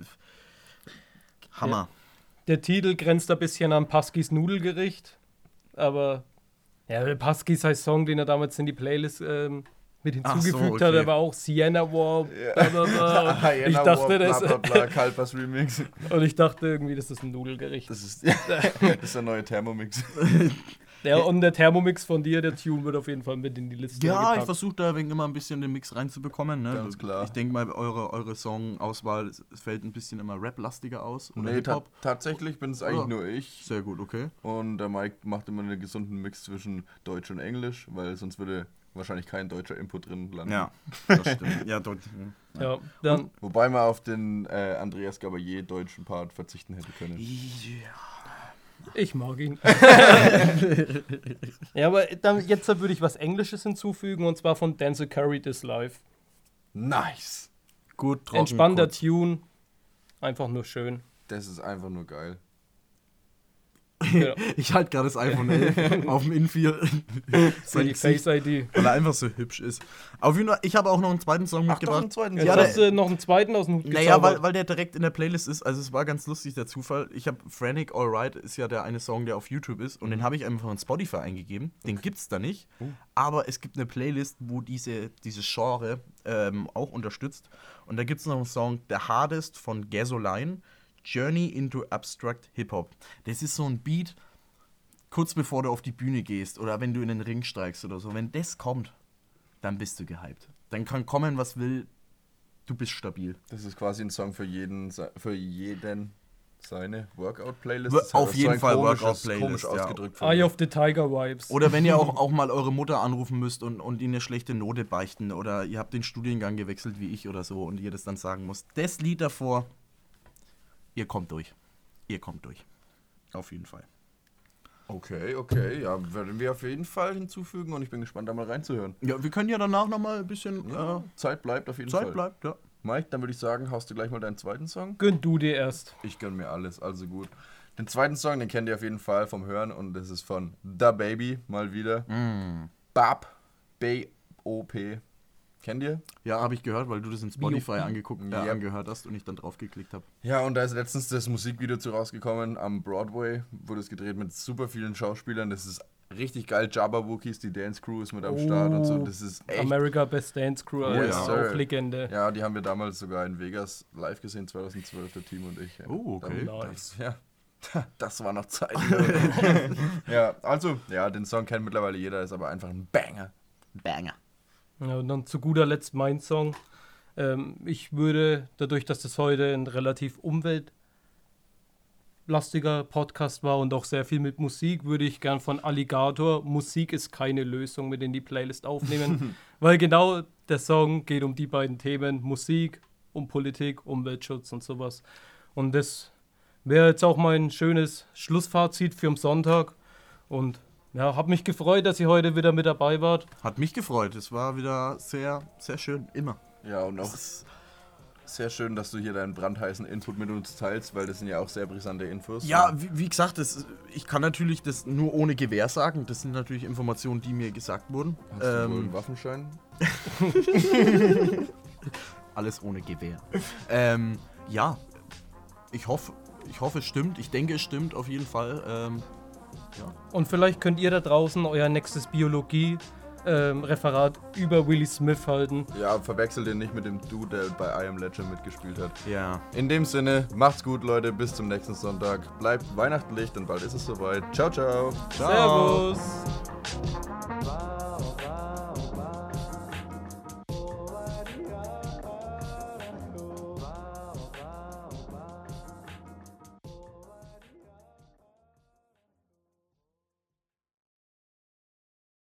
Hammer. Der Titel grenzt ein bisschen an Paskis Nudelgericht, aber ja, Paskis heißt Song, den er damals in die Playlist ähm, mit Ach so, hinzugefügt okay. hat, der war auch Sienna War. Bla, bla, bla. Ich Jena dachte, War, das bla, bla, bla, Kalpas Remix. und ich dachte irgendwie, das ist ein Nudelgericht. Das ist, das ist der neue Thermomix. Ja, und der Thermomix von dir, der Tune, wird auf jeden Fall mit in die Liste Ja, ich gepackt. versuche da wegen immer ein bisschen den Mix reinzubekommen. Ne? Ganz klar. Ich denke mal, eure, eure Songauswahl, es es fällt ein bisschen immer Rap-lastiger aus. Oder Nee, ta Hip-Hop. tatsächlich bin es eigentlich Oder? nur ich. Sehr gut, okay. Und der Mike macht immer einen gesunden Mix zwischen Deutsch und Englisch, weil sonst würde wahrscheinlich kein deutscher Input drin landen. Ja, das stimmt. Ja, dort, Ja, dann Wobei man auf den äh, Andreas Gabalier deutschen Part verzichten hätte können. ich mag ihn. Ja, aber dann, jetzt würde ich was Englisches hinzufügen und zwar von Denzel Curry This Life. Nice! gut, trocken, Entspannter kurz. Tune, einfach nur schön. Das ist einfach nur geil. Ja, Ich halte gerade das iPhone elf auf dem Infield. für die Face I D. Weil er einfach so hübsch ist. Auf jeden Fall, ich habe auch noch einen zweiten Song mitgebracht. zweiten Jetzt Ja, hast der- du noch einen zweiten aus dem Hut Naja, weil, gezaubert. weil der direkt in der Playlist ist. Also es war ganz lustig, der Zufall. Ich habe Frantic Alright, ist ja der eine Song, der auf YouTube ist. Und den habe ich einfach in Spotify eingegeben. Den gibt's da nicht. Aber es gibt eine Playlist, wo diese, dieses Genre ähm, auch unterstützt. Und da gibt es noch einen Song, The Hardest von Gasoline, Journey into Abstract Hip-Hop. Das ist so ein Beat, kurz bevor du auf die Bühne gehst oder wenn du in den Ring steigst oder so. Wenn das kommt, dann bist du gehypt. Dann kann kommen, was will, du bist stabil. Das ist quasi ein Song für jeden, für jeden seine Workout-Playlist. W- auf jeden Fall Workout-Playlist, komisch ja. ausgedrückt. von Eye mir. of the Tiger Vibes. Oder wenn ihr auch, auch mal eure Mutter anrufen müsst und, und ihnen eine schlechte Note beichten oder ihr habt den Studiengang gewechselt wie ich oder so und ihr das dann sagen müsst. Das Lied davor, ihr kommt durch. Ihr kommt durch. Auf jeden Fall. Okay, okay, ja, werden wir auf jeden Fall hinzufügen und ich bin gespannt, da mal reinzuhören. Ja, wir können ja danach nochmal ein bisschen Ja, äh, Zeit bleibt auf jeden Zeit Fall. bleibt, ja. Mike, dann würde ich sagen, haust du gleich mal deinen zweiten Song? Gönn du dir erst. Ich gönn mir alles, also gut. Den zweiten Song, den kennt ihr auf jeden Fall vom Hören und das ist von Da Baby, mal wieder. Mm. Bab, B O P. Kennt ihr? Ja, habe ich gehört, weil du das in Spotify angeguckt, äh, Ja. angehört hast und ich dann drauf geklickt habe. Ja, und da ist letztens das Musikvideo zu rausgekommen am Broadway. Wurde es gedreht mit super vielen Schauspielern. Das ist richtig geil. Jabberwockies, die Dance Crew ist mit am Start und so. Das ist echt. America Best Dance Crew, Oh, also ja. auch Sir. Legende. Ja, die haben wir damals sogar in Vegas live gesehen, zwanzig zwölf, der Team und ich. Ja. Oh, okay. Da- Nice. Das, ja, das war noch Zeit. Ja, also, ja, den Song kennt mittlerweile jeder, ist aber einfach ein Banger. Banger. Ja, und dann zu guter Letzt mein Song. Ähm, ich würde, dadurch, dass das heute ein relativ umweltlastiger Podcast war und auch sehr viel mit Musik, würde ich gern von Alligator Musik ist keine Lösung mit in die Playlist aufnehmen. Weil genau der Song geht um die beiden Themen: Musik, um Politik, Umweltschutz und sowas. Und das wäre jetzt auch mein schönes Schlussfazit für am Sonntag. Und ja, habe mich gefreut, dass ihr heute wieder mit dabei wart. Hat mich gefreut. Es war wieder sehr, sehr schön. Immer. Ja, und auch sehr schön, dass du hier deinen brandheißen Input mit uns teilst, weil das sind ja auch sehr brisante Infos. Ja, wie, wie gesagt, das, ich kann natürlich das nur ohne Gewehr sagen. Das sind natürlich Informationen, die mir gesagt wurden. Hast du wohl Ähm, einen Waffenschein? alles ohne Gewehr. ähm, ja, ich hoffe, ich hoffe, es stimmt. Ich denke, es stimmt auf jeden Fall. Ähm, Und vielleicht könnt ihr da draußen euer nächstes Biologie-Referat über Willie Smith halten. Ja, verwechsel den nicht mit dem Dude, der bei I Am Legend mitgespielt hat. ja. In dem Sinne, macht's gut, Leute, bis zum nächsten Sonntag. Bleibt weihnachtlich, denn bald ist es soweit. Ciao, ciao. Ciao. Servus!